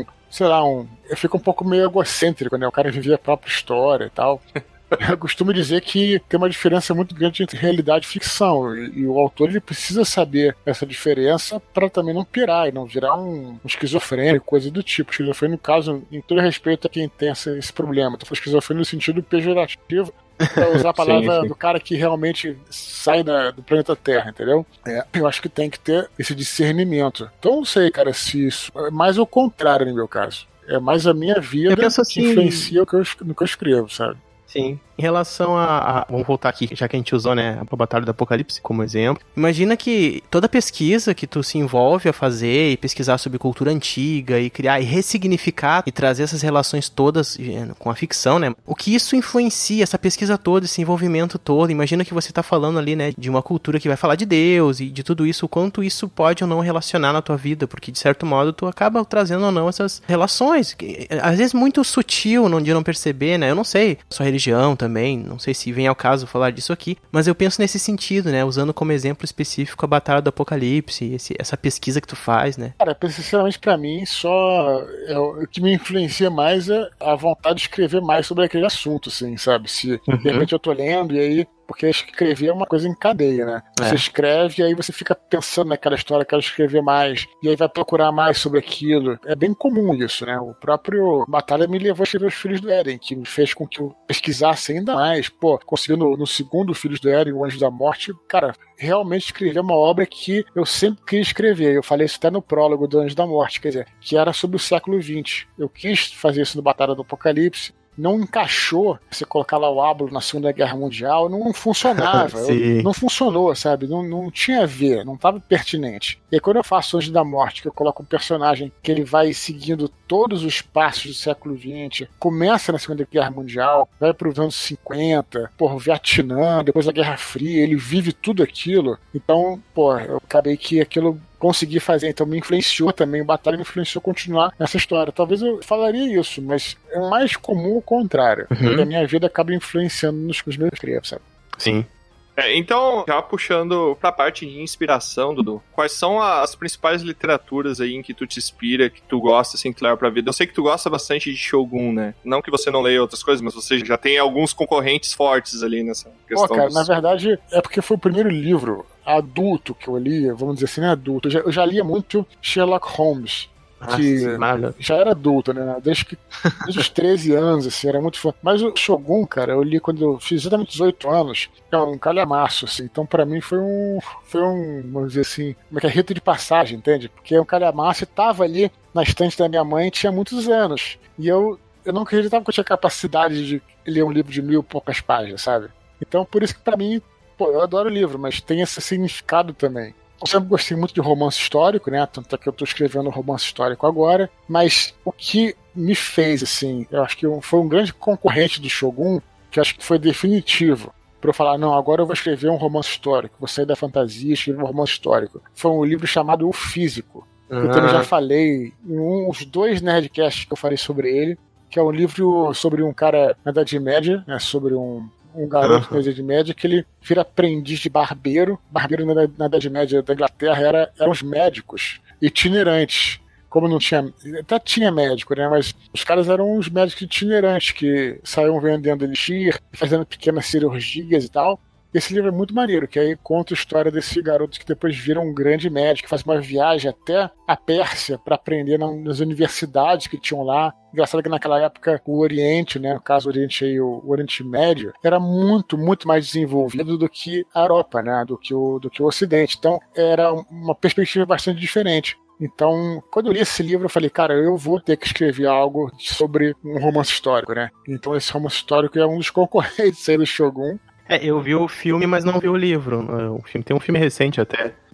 eu fico um pouco meio egocêntrico, né? O cara vivia a própria história e tal. Eu costumo dizer que tem uma diferença muito grande entre realidade e ficção, e o autor ele precisa saber essa diferença para também não pirar e não virar um esquizofrênico, coisa do tipo. Esquizofrênico, no caso, em todo respeito a quem tem esse problema. Tô falando esquizofrênico no sentido pejorativo, para usar a palavra sim. do cara que realmente sai do planeta Terra, entendeu? Eu acho que tem que ter esse discernimento. Então não sei, cara, se isso é mais o contrário no meu caso. É mais a minha vida que influencia no que eu escrevo, sabe? Sim. Em relação vamos voltar aqui, já que a gente usou, né, a Batalha do Apocalipse como exemplo. Imagina que toda pesquisa que tu se envolve a fazer e pesquisar sobre cultura antiga e criar e ressignificar e trazer essas relações todas com a ficção, né? O que isso influencia, essa pesquisa toda, esse envolvimento todo. Imagina que você tá falando ali, né, de uma cultura que vai falar de Deus e de tudo isso, o quanto isso pode ou não relacionar na tua vida, porque de certo modo tu acaba trazendo ou não essas relações, que, às vezes muito sutil, de não perceber, né? Eu não sei, sua religião também, não sei se vem ao caso falar disso aqui, mas eu penso nesse sentido, né, usando como exemplo específico a Batalha do Apocalipse, essa pesquisa que tu faz, né. Cara, sinceramente pra mim, só o que me influencia mais é a vontade de escrever mais sobre aquele assunto, assim, sabe, se de repente eu tô lendo e aí, porque escrever é uma coisa em cadeia, né? Você escreve e aí você fica pensando naquela história, quero escrever mais, e aí vai procurar mais sobre aquilo. É bem comum isso, né? O próprio Batalha me levou a escrever Os Filhos do Éden, que me fez com que eu pesquisasse ainda mais. Pô, consegui no segundo Filhos do Éden, O Anjo da Morte, cara, realmente escrever uma obra que eu sempre quis escrever. Eu falei isso até no prólogo do Anjo da Morte, quer dizer, que era sobre o século XX. Eu quis fazer isso no Batalha do Apocalipse, não encaixou você colocar lá o Ábulo na Segunda Guerra Mundial, não funcionava, não funcionou, sabe? Não tinha a ver, não estava pertinente. E aí quando eu faço Anjo da Morte, que eu coloco um personagem que ele vai seguindo todos os passos do século XX, começa na Segunda Guerra Mundial, vai para os anos 50, o Vietnã, depois a Guerra Fria, ele vive tudo aquilo, então, eu acabei que aquilo consegui fazer, então me influenciou também, o Batalha me influenciou a continuar nessa história. Talvez eu falaria isso, mas é mais comum o contrário. A minha vida acaba influenciando nos meus escrevos, sabe? Sim. Então, já puxando pra parte de inspiração, Dudu, quais são as principais literaturas aí em que tu te inspira, que tu gosta, assim, que tu leva pra vida? Eu sei que tu gosta bastante de Shogun, né? Não que você não leia outras coisas, mas você já tem alguns concorrentes fortes ali nessa questão. Cara, na verdade, é porque foi o primeiro livro adulto que eu li, vamos dizer assim, né, adulto. Eu já lia muito Sherlock Holmes, que já era adulto, né? Desde os 13 anos, assim, era muito fã. Mas o Shogun, cara, eu li quando eu fiz exatamente 18 anos, é um calhamaço, assim. Então, pra mim, foi um, vamos dizer assim, como é que é, rito de passagem, entende? Porque é um calhamaço e tava ali na estante da minha mãe, tinha muitos anos. E eu não acreditava que eu tinha capacidade de ler um livro de 1000 e poucas páginas, sabe? Então, por isso que pra mim, eu adoro o livro, mas tem esse significado também. Eu sempre gostei muito de romance histórico, né? Tanto é que eu tô escrevendo um romance histórico agora. Mas o que me fez, assim, eu acho que foi um grande concorrente do Shogun, que eu acho que foi definitivo para eu falar, não, agora eu vou escrever um romance histórico, vou sair da fantasia e escrever um romance histórico. Foi um livro chamado O Físico, que eu também já falei em uns 2 Nerdcasts que eu falei sobre ele, que é um livro sobre um cara na Idade Média, né? Sobre um garoto na Idade Média que ele vira aprendiz de barbeiro. Barbeiro na Idade Média da Inglaterra eram os médicos itinerantes. Como não tinha... Até tinha médico, né? Mas os caras eram os médicos itinerantes que saíam vendendo elixir, fazendo pequenas cirurgias e tal. Esse livro é muito maneiro, que aí conta a história desse garoto que depois vira um grande médico, que faz uma viagem até a Pérsia para aprender nas universidades que tinham lá. Engraçado que naquela época o Oriente, né, no caso o Oriente aí, o Oriente Médio, era muito, muito mais desenvolvido do que a Europa, né, do que o Ocidente. Então era uma perspectiva bastante diferente. Então, quando eu li esse livro, eu falei, cara, eu vou ter que escrever algo sobre um romance histórico, né? Então esse romance histórico é um dos concorrentes aí do Shogun. Eu vi o filme, mas não vi o livro. Tem um filme recente até.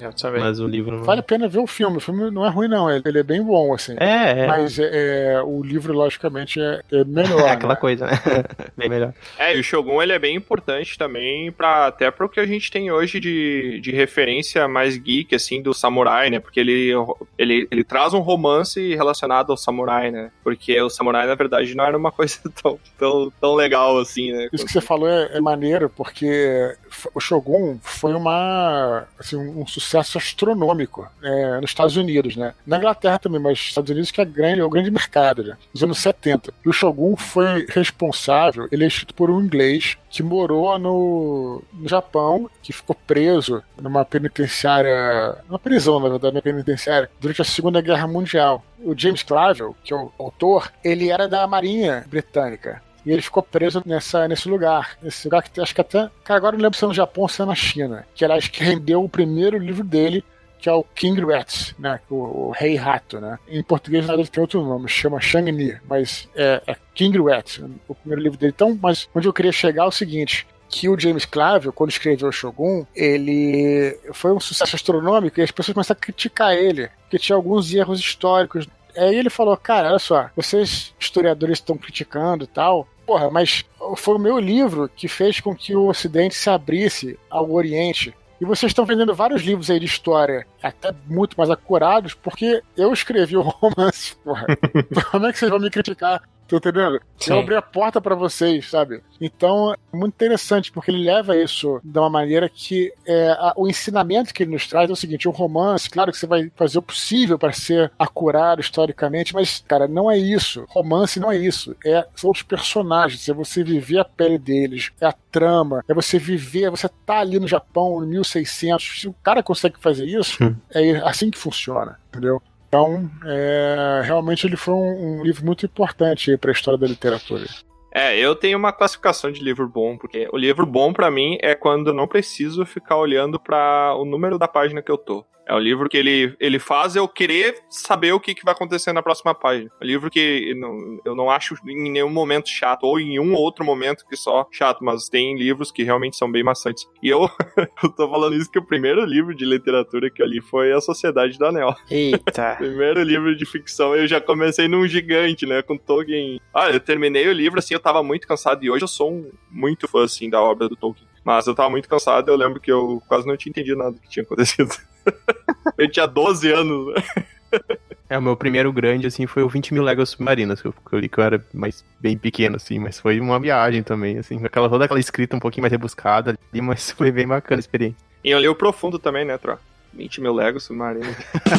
Eu também. Mas o livro não... Vale a pena ver o filme não é ruim não, ele é bem bom, assim. Mas o livro, logicamente, é melhor. É aquela coisa, né? Bem melhor. E o Shogun, ele é bem importante também, até pro que a gente tem hoje de referência mais geek, assim, do samurai, né? Porque ele traz um romance relacionado ao samurai, né? Porque o samurai, na verdade, não era uma coisa tão legal, assim, né? Isso que você falou é maneiro, porque o Shogun foi um sucesso astronômico nos Estados Unidos, né? Na Inglaterra também, mas nos Estados Unidos que é o grande mercado, né? Nos anos 70. E o Shogun foi responsável, ele é escrito por um inglês que morou no Japão, que ficou preso numa penitenciária, numa prisão, na verdade, na penitenciária, durante a Segunda Guerra Mundial. O James Clavell, que é o autor, ele era da Marinha Britânica. E ele ficou preso nesse lugar. Esse lugar que acho que até... Cara, agora eu não lembro se é no Japão ou se é na China. Que, aliás, que rendeu o primeiro livro dele, que é o King Rat, né? O Rei Rato, né? Em português, na verdade, tem outro nome, chama Shang-Ni, mas é King Rat, o primeiro livro dele. Então, mas onde eu queria chegar é o seguinte... que o James Clavell, quando escreveu o Shogun, ele foi um sucesso astronômico e as pessoas começaram a criticar ele, porque tinha alguns erros históricos. Aí ele falou, cara, olha só, vocês historiadores estão criticando e tal, mas foi o meu livro que fez com que o Ocidente se abrisse ao Oriente. E vocês estão vendendo vários livros aí de história, até muito mais acurados, porque eu escrevi o romance, porra. Como é que vocês vão me criticar? Tá entendendo? Eu abri a porta pra vocês, sabe? Então, é muito interessante, porque ele leva isso de uma maneira que o ensinamento que ele nos traz é o seguinte, um romance, claro que você vai fazer o possível para ser acurado historicamente, mas, cara, não é isso. Romance não é isso. São os personagens, é você viver a pele deles, é a trama, é você viver, você tá ali no Japão, em 1600, se o cara consegue fazer isso, é assim que funciona, entendeu? Então, realmente ele foi um livro muito importante para a história da literatura. Eu tenho uma classificação de livro bom, porque o livro bom pra mim é quando eu não preciso ficar olhando para o número da página que eu tô. É um livro que ele faz eu querer saber o que vai acontecer na próxima página. É um livro que eu não acho em nenhum momento chato, ou em um outro momento que só chato, mas tem livros que realmente são bem maçantes. E eu tô falando isso que o primeiro livro de literatura que eu li foi A Sociedade do Anel. Eita! Primeiro livro de ficção, eu já comecei num gigante, né, com Tolkien. Eu terminei o livro, assim, eu tava muito cansado, e hoje eu sou muito fã, assim, da obra do Tolkien. Mas eu tava muito cansado, eu lembro que eu quase não tinha entendido nada do que tinha acontecido. Eu tinha 12 anos, né? O meu primeiro grande, assim, foi o 20 Mil Léguas Submarinas, que eu li que eu era bem pequeno, assim, mas foi uma viagem também, assim, toda aquela escrita um pouquinho mais rebuscada ali, mas foi bem bacana a experiência. E eu li o Profundo também, né, Tro? 20 Mil Léguas Submarinas.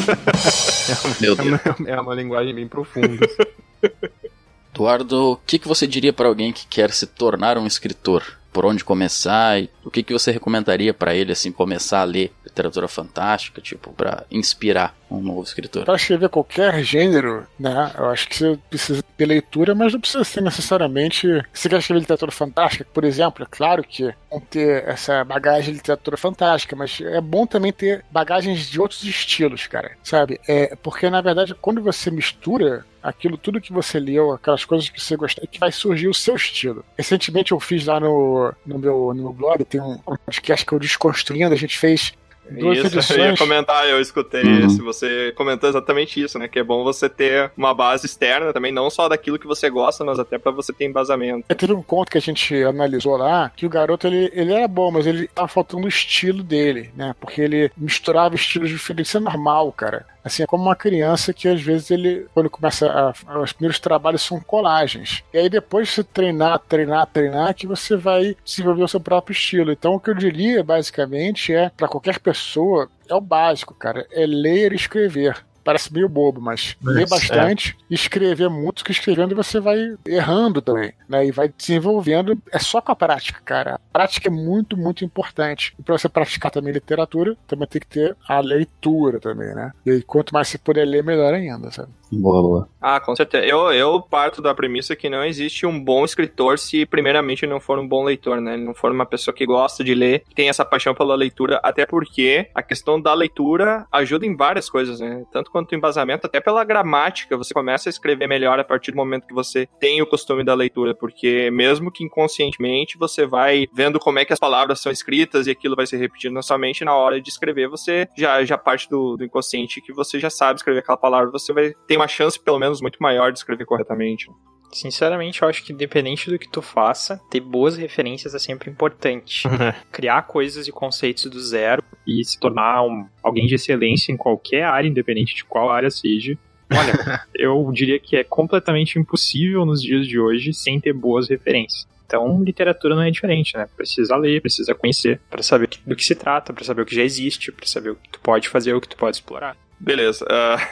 É uma linguagem bem profunda. Eduardo, o que você diria para alguém que quer se tornar um escritor? Por onde começar? E o que você recomendaria para ele, assim, começar a ler literatura fantástica, tipo, para inspirar um novo escritor? Para escrever qualquer gênero, né, eu acho que você precisa ter leitura, mas não precisa ser necessariamente... Se você quer escrever literatura fantástica, por exemplo, é claro que vão ter essa bagagem de literatura fantástica, mas é bom também ter bagagens de outros estilos, cara, sabe? Porque, na verdade, quando você mistura aquilo, tudo que você leu, aquelas coisas que você gostou, que vai surgir o seu estilo. Recentemente eu fiz lá no meu blog, tem um podcast que eu Desconstruindo, a gente fez duas edições. Eu ia comentar, eu escutei isso, você comentou exatamente isso, né, que é bom você ter uma base externa também, não só daquilo que você gosta, mas até pra você ter embasamento. Teve um conto que a gente analisou lá, que o garoto, ele era bom, mas ele tava faltando o estilo dele, né, porque ele misturava estilos diferentes, isso é normal, cara. Assim, é como uma criança que às vezes ele, quando começa os primeiros trabalhos são colagens. E aí depois você treinar, que você vai desenvolver o seu próprio estilo. Então o que eu diria, basicamente, para qualquer pessoa, é o básico, cara. É ler e escrever. Parece meio bobo, mas ler bastante, escrever muito, que escrevendo você vai errando também, né? E vai desenvolvendo. É só com a prática, cara. A prática é muito, muito importante. E pra você praticar também literatura, também tem que ter a leitura também, né? E quanto mais você puder ler, melhor ainda, sabe? Boa. Ah, com certeza. Eu parto da premissa que não existe um bom escritor se primeiramente não for um bom leitor, né? Ele não for uma pessoa que gosta de ler, que tem essa paixão pela leitura, até porque a questão da leitura ajuda em várias coisas, né? Tanto quanto embasamento, até pela gramática, você começa a escrever melhor a partir do momento que você tem o costume da leitura, porque mesmo que inconscientemente você vai vendo como é que as palavras são escritas e aquilo vai se repetindo na sua mente, na hora de escrever você já parte do inconsciente que você já sabe escrever aquela palavra, você vai ter uma chance pelo menos muito maior de escrever corretamente. Sinceramente, eu acho que independente do que tu faça, ter boas referências é sempre importante. Criar coisas e conceitos do zero e se tornar alguém de excelência em qualquer área, independente de qual área seja. Olha, eu diria que é completamente impossível nos dias de hoje sem ter boas referências. Então, literatura não é diferente, né? Precisa ler, precisa conhecer, para saber do que se trata, para saber o que já existe, para saber o que tu pode fazer, o que tu pode explorar. Beleza,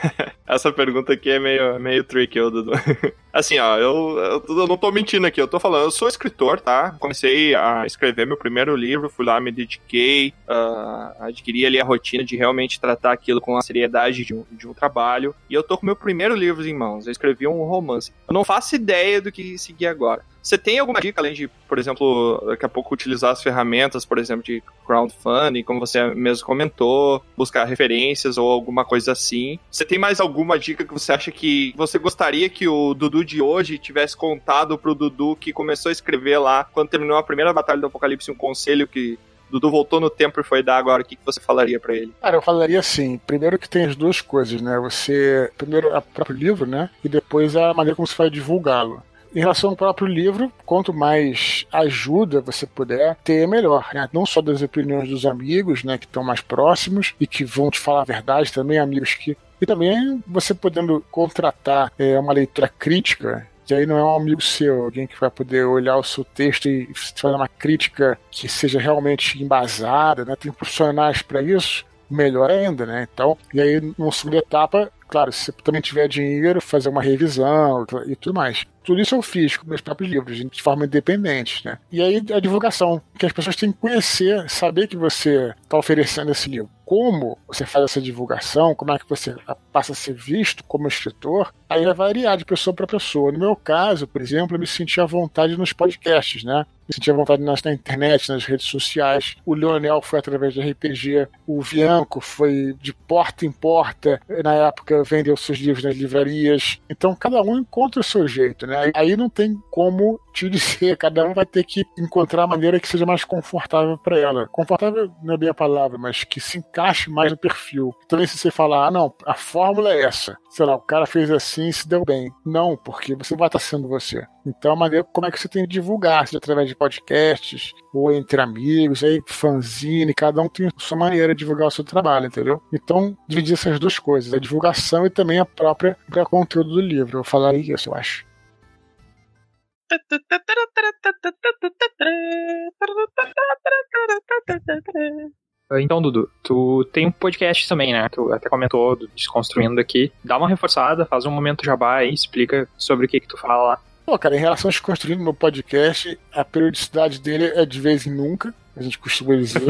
essa pergunta aqui é meio tricky, Dudu. Assim, ó, eu não tô mentindo aqui, eu tô falando, eu sou escritor, tá? Comecei a escrever meu primeiro livro, fui lá, me dediquei, adquiri ali a rotina de realmente tratar aquilo com a seriedade de um trabalho, e eu tô com meu primeiro livro em mãos, eu escrevi um romance. Eu não faço ideia do que seguir agora. Você tem alguma dica, além de, por exemplo, daqui a pouco utilizar as ferramentas, por exemplo, de crowdfunding, como você mesmo comentou, buscar referências ou alguma coisa assim? Você tem mais alguma dica que você acha que você gostaria que o Dudu de hoje tivesse contado pro Dudu que começou a escrever lá, quando terminou a primeira Batalha do Apocalipse, um conselho que Dudu voltou no tempo e foi dar agora, o que você falaria pra ele? Cara, eu falaria assim, primeiro que tem as duas coisas, né? Primeiro o próprio livro, né? E depois a maneira como você vai divulgá-lo. Em relação ao próprio livro, quanto mais ajuda você puder ter, melhor, né? Não só das opiniões dos amigos, né, que estão mais próximos e que vão te falar a verdade, também amigos que... E também você podendo contratar uma leitura crítica, que aí não é um amigo seu, alguém que vai poder olhar o seu texto e fazer uma crítica que seja realmente embasada, né? Tem profissionais para isso, melhor ainda, né? Então, e aí, numa segunda etapa, claro, se você também tiver dinheiro, fazer uma revisão e tudo mais. Tudo isso eu fiz com meus próprios livros, de forma independente, né? E aí a divulgação, que as pessoas têm que conhecer, saber que você está oferecendo esse livro. Como você faz essa divulgação, como é que você passa a ser visto como escritor, aí vai variar de pessoa para pessoa. No meu caso, por exemplo, eu me senti à vontade nos podcasts, né? Me senti à vontade na internet, nas redes sociais. O Leonel foi através de RPG. O Bianco foi de porta em porta. Na época, vendeu seus livros nas livrarias. Então, cada um encontra o seu jeito, né? Aí não tem como te dizer. Cada um vai ter que encontrar a maneira que seja mais confortável para ela. Confortável não é bem a palavra, mas que se encaixe mais no perfil. Então, se você falar, não, a fórmula é essa. Sei lá, o cara fez assim e se deu bem. Não, porque você vai estar sendo você. Então, a maneira como é que você tem de divulgar, seja através de podcasts, ou entre amigos, aí fanzine, cada um tem a sua maneira de divulgar o seu trabalho, entendeu? Então, dividir essas duas coisas, a divulgação e também a própria conteúdo do livro. Eu falaria isso, eu acho. Então, Dudu, tu tem um podcast também, né? Tu até comentou do Desconstruindo aqui. Dá uma reforçada, faz um momento jabá aí, explica sobre o que tu fala lá. Pô, cara, em relação a Desconstruindo no podcast, a periodicidade dele é de vez em nunca, a gente costuma dizer.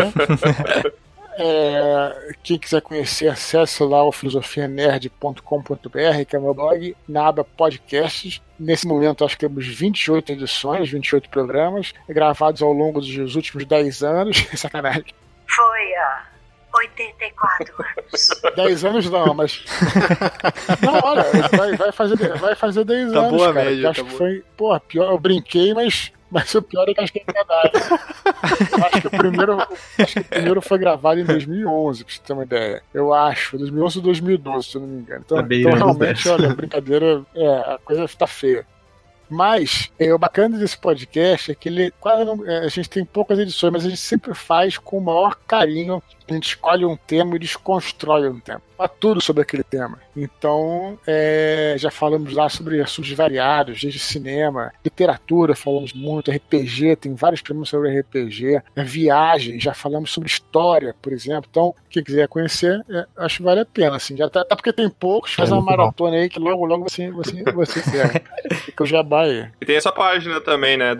Quem quiser conhecer, acesse lá o filosofianerd.com.br, que é meu blog, na aba podcasts. Nesse momento, acho que temos 28 edições, 28 programas, gravados ao longo dos últimos 10 anos. Sacanagem. Foi há 84 anos. 10 anos não, mas... Não, olha, vai fazer 10 tá anos, boa cara. Média, Acho tá que foi... Pô, pior, eu brinquei, mas o pior é que acho que é verdade. Acho que o primeiro foi gravado em 2011, pra você ter uma ideia. Eu acho, 2011 ou 2012, se eu não me engano. Então realmente, olha, a brincadeira, a coisa tá feia. Mas o bacana desse podcast é que ele quase não, a gente tem poucas edições, mas a gente sempre faz com o maior carinho. A gente escolhe um tema e desconstrói um tema. Fala tudo sobre aquele tema. Então, já falamos lá sobre assuntos variados, desde cinema, literatura, falamos muito, RPG, tem vários programas sobre RPG, viagem, já falamos sobre história, por exemplo. Então, quem quiser conhecer, acho que vale a pena. Assim, já tá porque tem poucos, faz uma maratona aí que logo você serve. Fica o jabá aí. E tem essa página também, né, Dudu?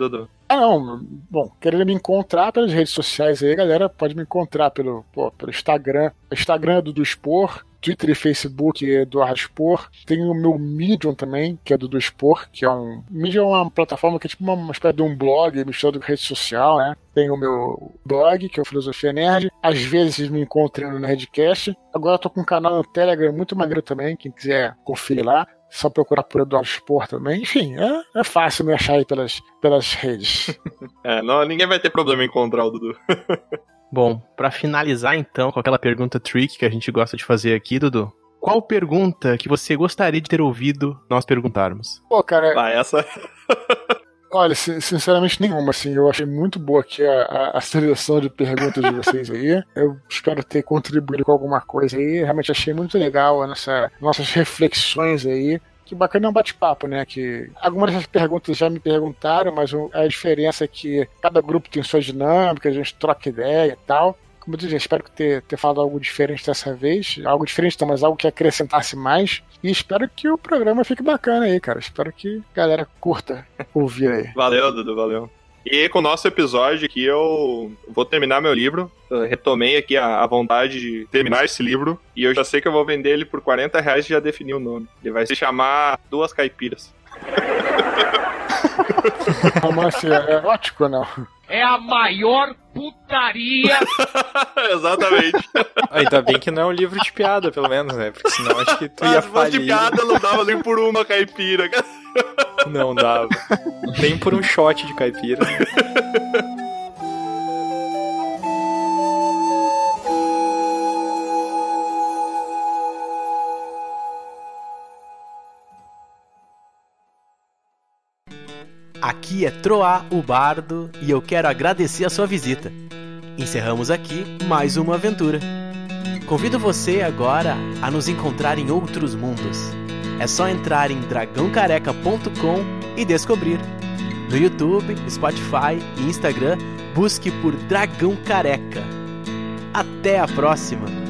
Não. Bom, querendo me encontrar pelas redes sociais aí, galera, pode me encontrar pelo Instagram. Instagram é Dudu Expor. Twitter e Facebook é Eduardo Expor. Tem o meu Medium também, que é Dudu Expor, que é um... Medium é uma plataforma que é tipo uma espécie de um blog misturado com rede social, né? Tem o meu blog, que é o Filosofia Nerd. Às vezes me encontram no Nerdcast. Agora eu tô com um canal no Telegram muito maneiro também, quem quiser conferir lá. Só procurar por Eduardo Expor também. Enfim, é fácil me achar aí pelas redes. Ninguém vai ter problema em encontrar o Dudu. Bom, pra finalizar então com aquela pergunta trick que a gente gosta de fazer aqui, Dudu. Qual pergunta que você gostaria de ter ouvido nós perguntarmos? Pô, cara... essa... Olha, sinceramente nenhuma, assim, eu achei muito boa aqui a seleção de perguntas de vocês aí. Eu espero ter contribuído com alguma coisa aí. Realmente achei muito legal nossas reflexões aí. Que bacana é um bate-papo, né? Que algumas dessas perguntas já me perguntaram, mas a diferença é que cada grupo tem sua dinâmica, a gente troca ideia e tal. Como eu disse, espero ter falado algo diferente dessa vez. Algo diferente não, mas algo que acrescentasse mais. E espero que o programa fique bacana aí, cara. Espero que a galera curta ouvir aí. Valeu, Dudu, valeu. E com o nosso episódio aqui, eu vou terminar meu livro. Eu retomei aqui a vontade de terminar esse livro. E eu já sei que eu vou vender ele por R$40 e já defini o nome. Ele vai se chamar Duas Caipiras. Mas assim, é erótico ou não? É a maior putaria. Exatamente. Ainda bem que não é um livro de piada, pelo menos, né? Porque senão acho que tu ia falir. Se fosse de piada, não dava nem por uma caipira. Não dava. Nem por um shot de caipira. Aqui é Troá, o Bardo, e eu quero agradecer a sua visita. Encerramos aqui mais uma aventura. Convido você agora a nos encontrar em outros mundos. É só entrar em dragãocareca.com e descobrir. No YouTube, Spotify e Instagram, busque por Dragão Careca. Até a próxima!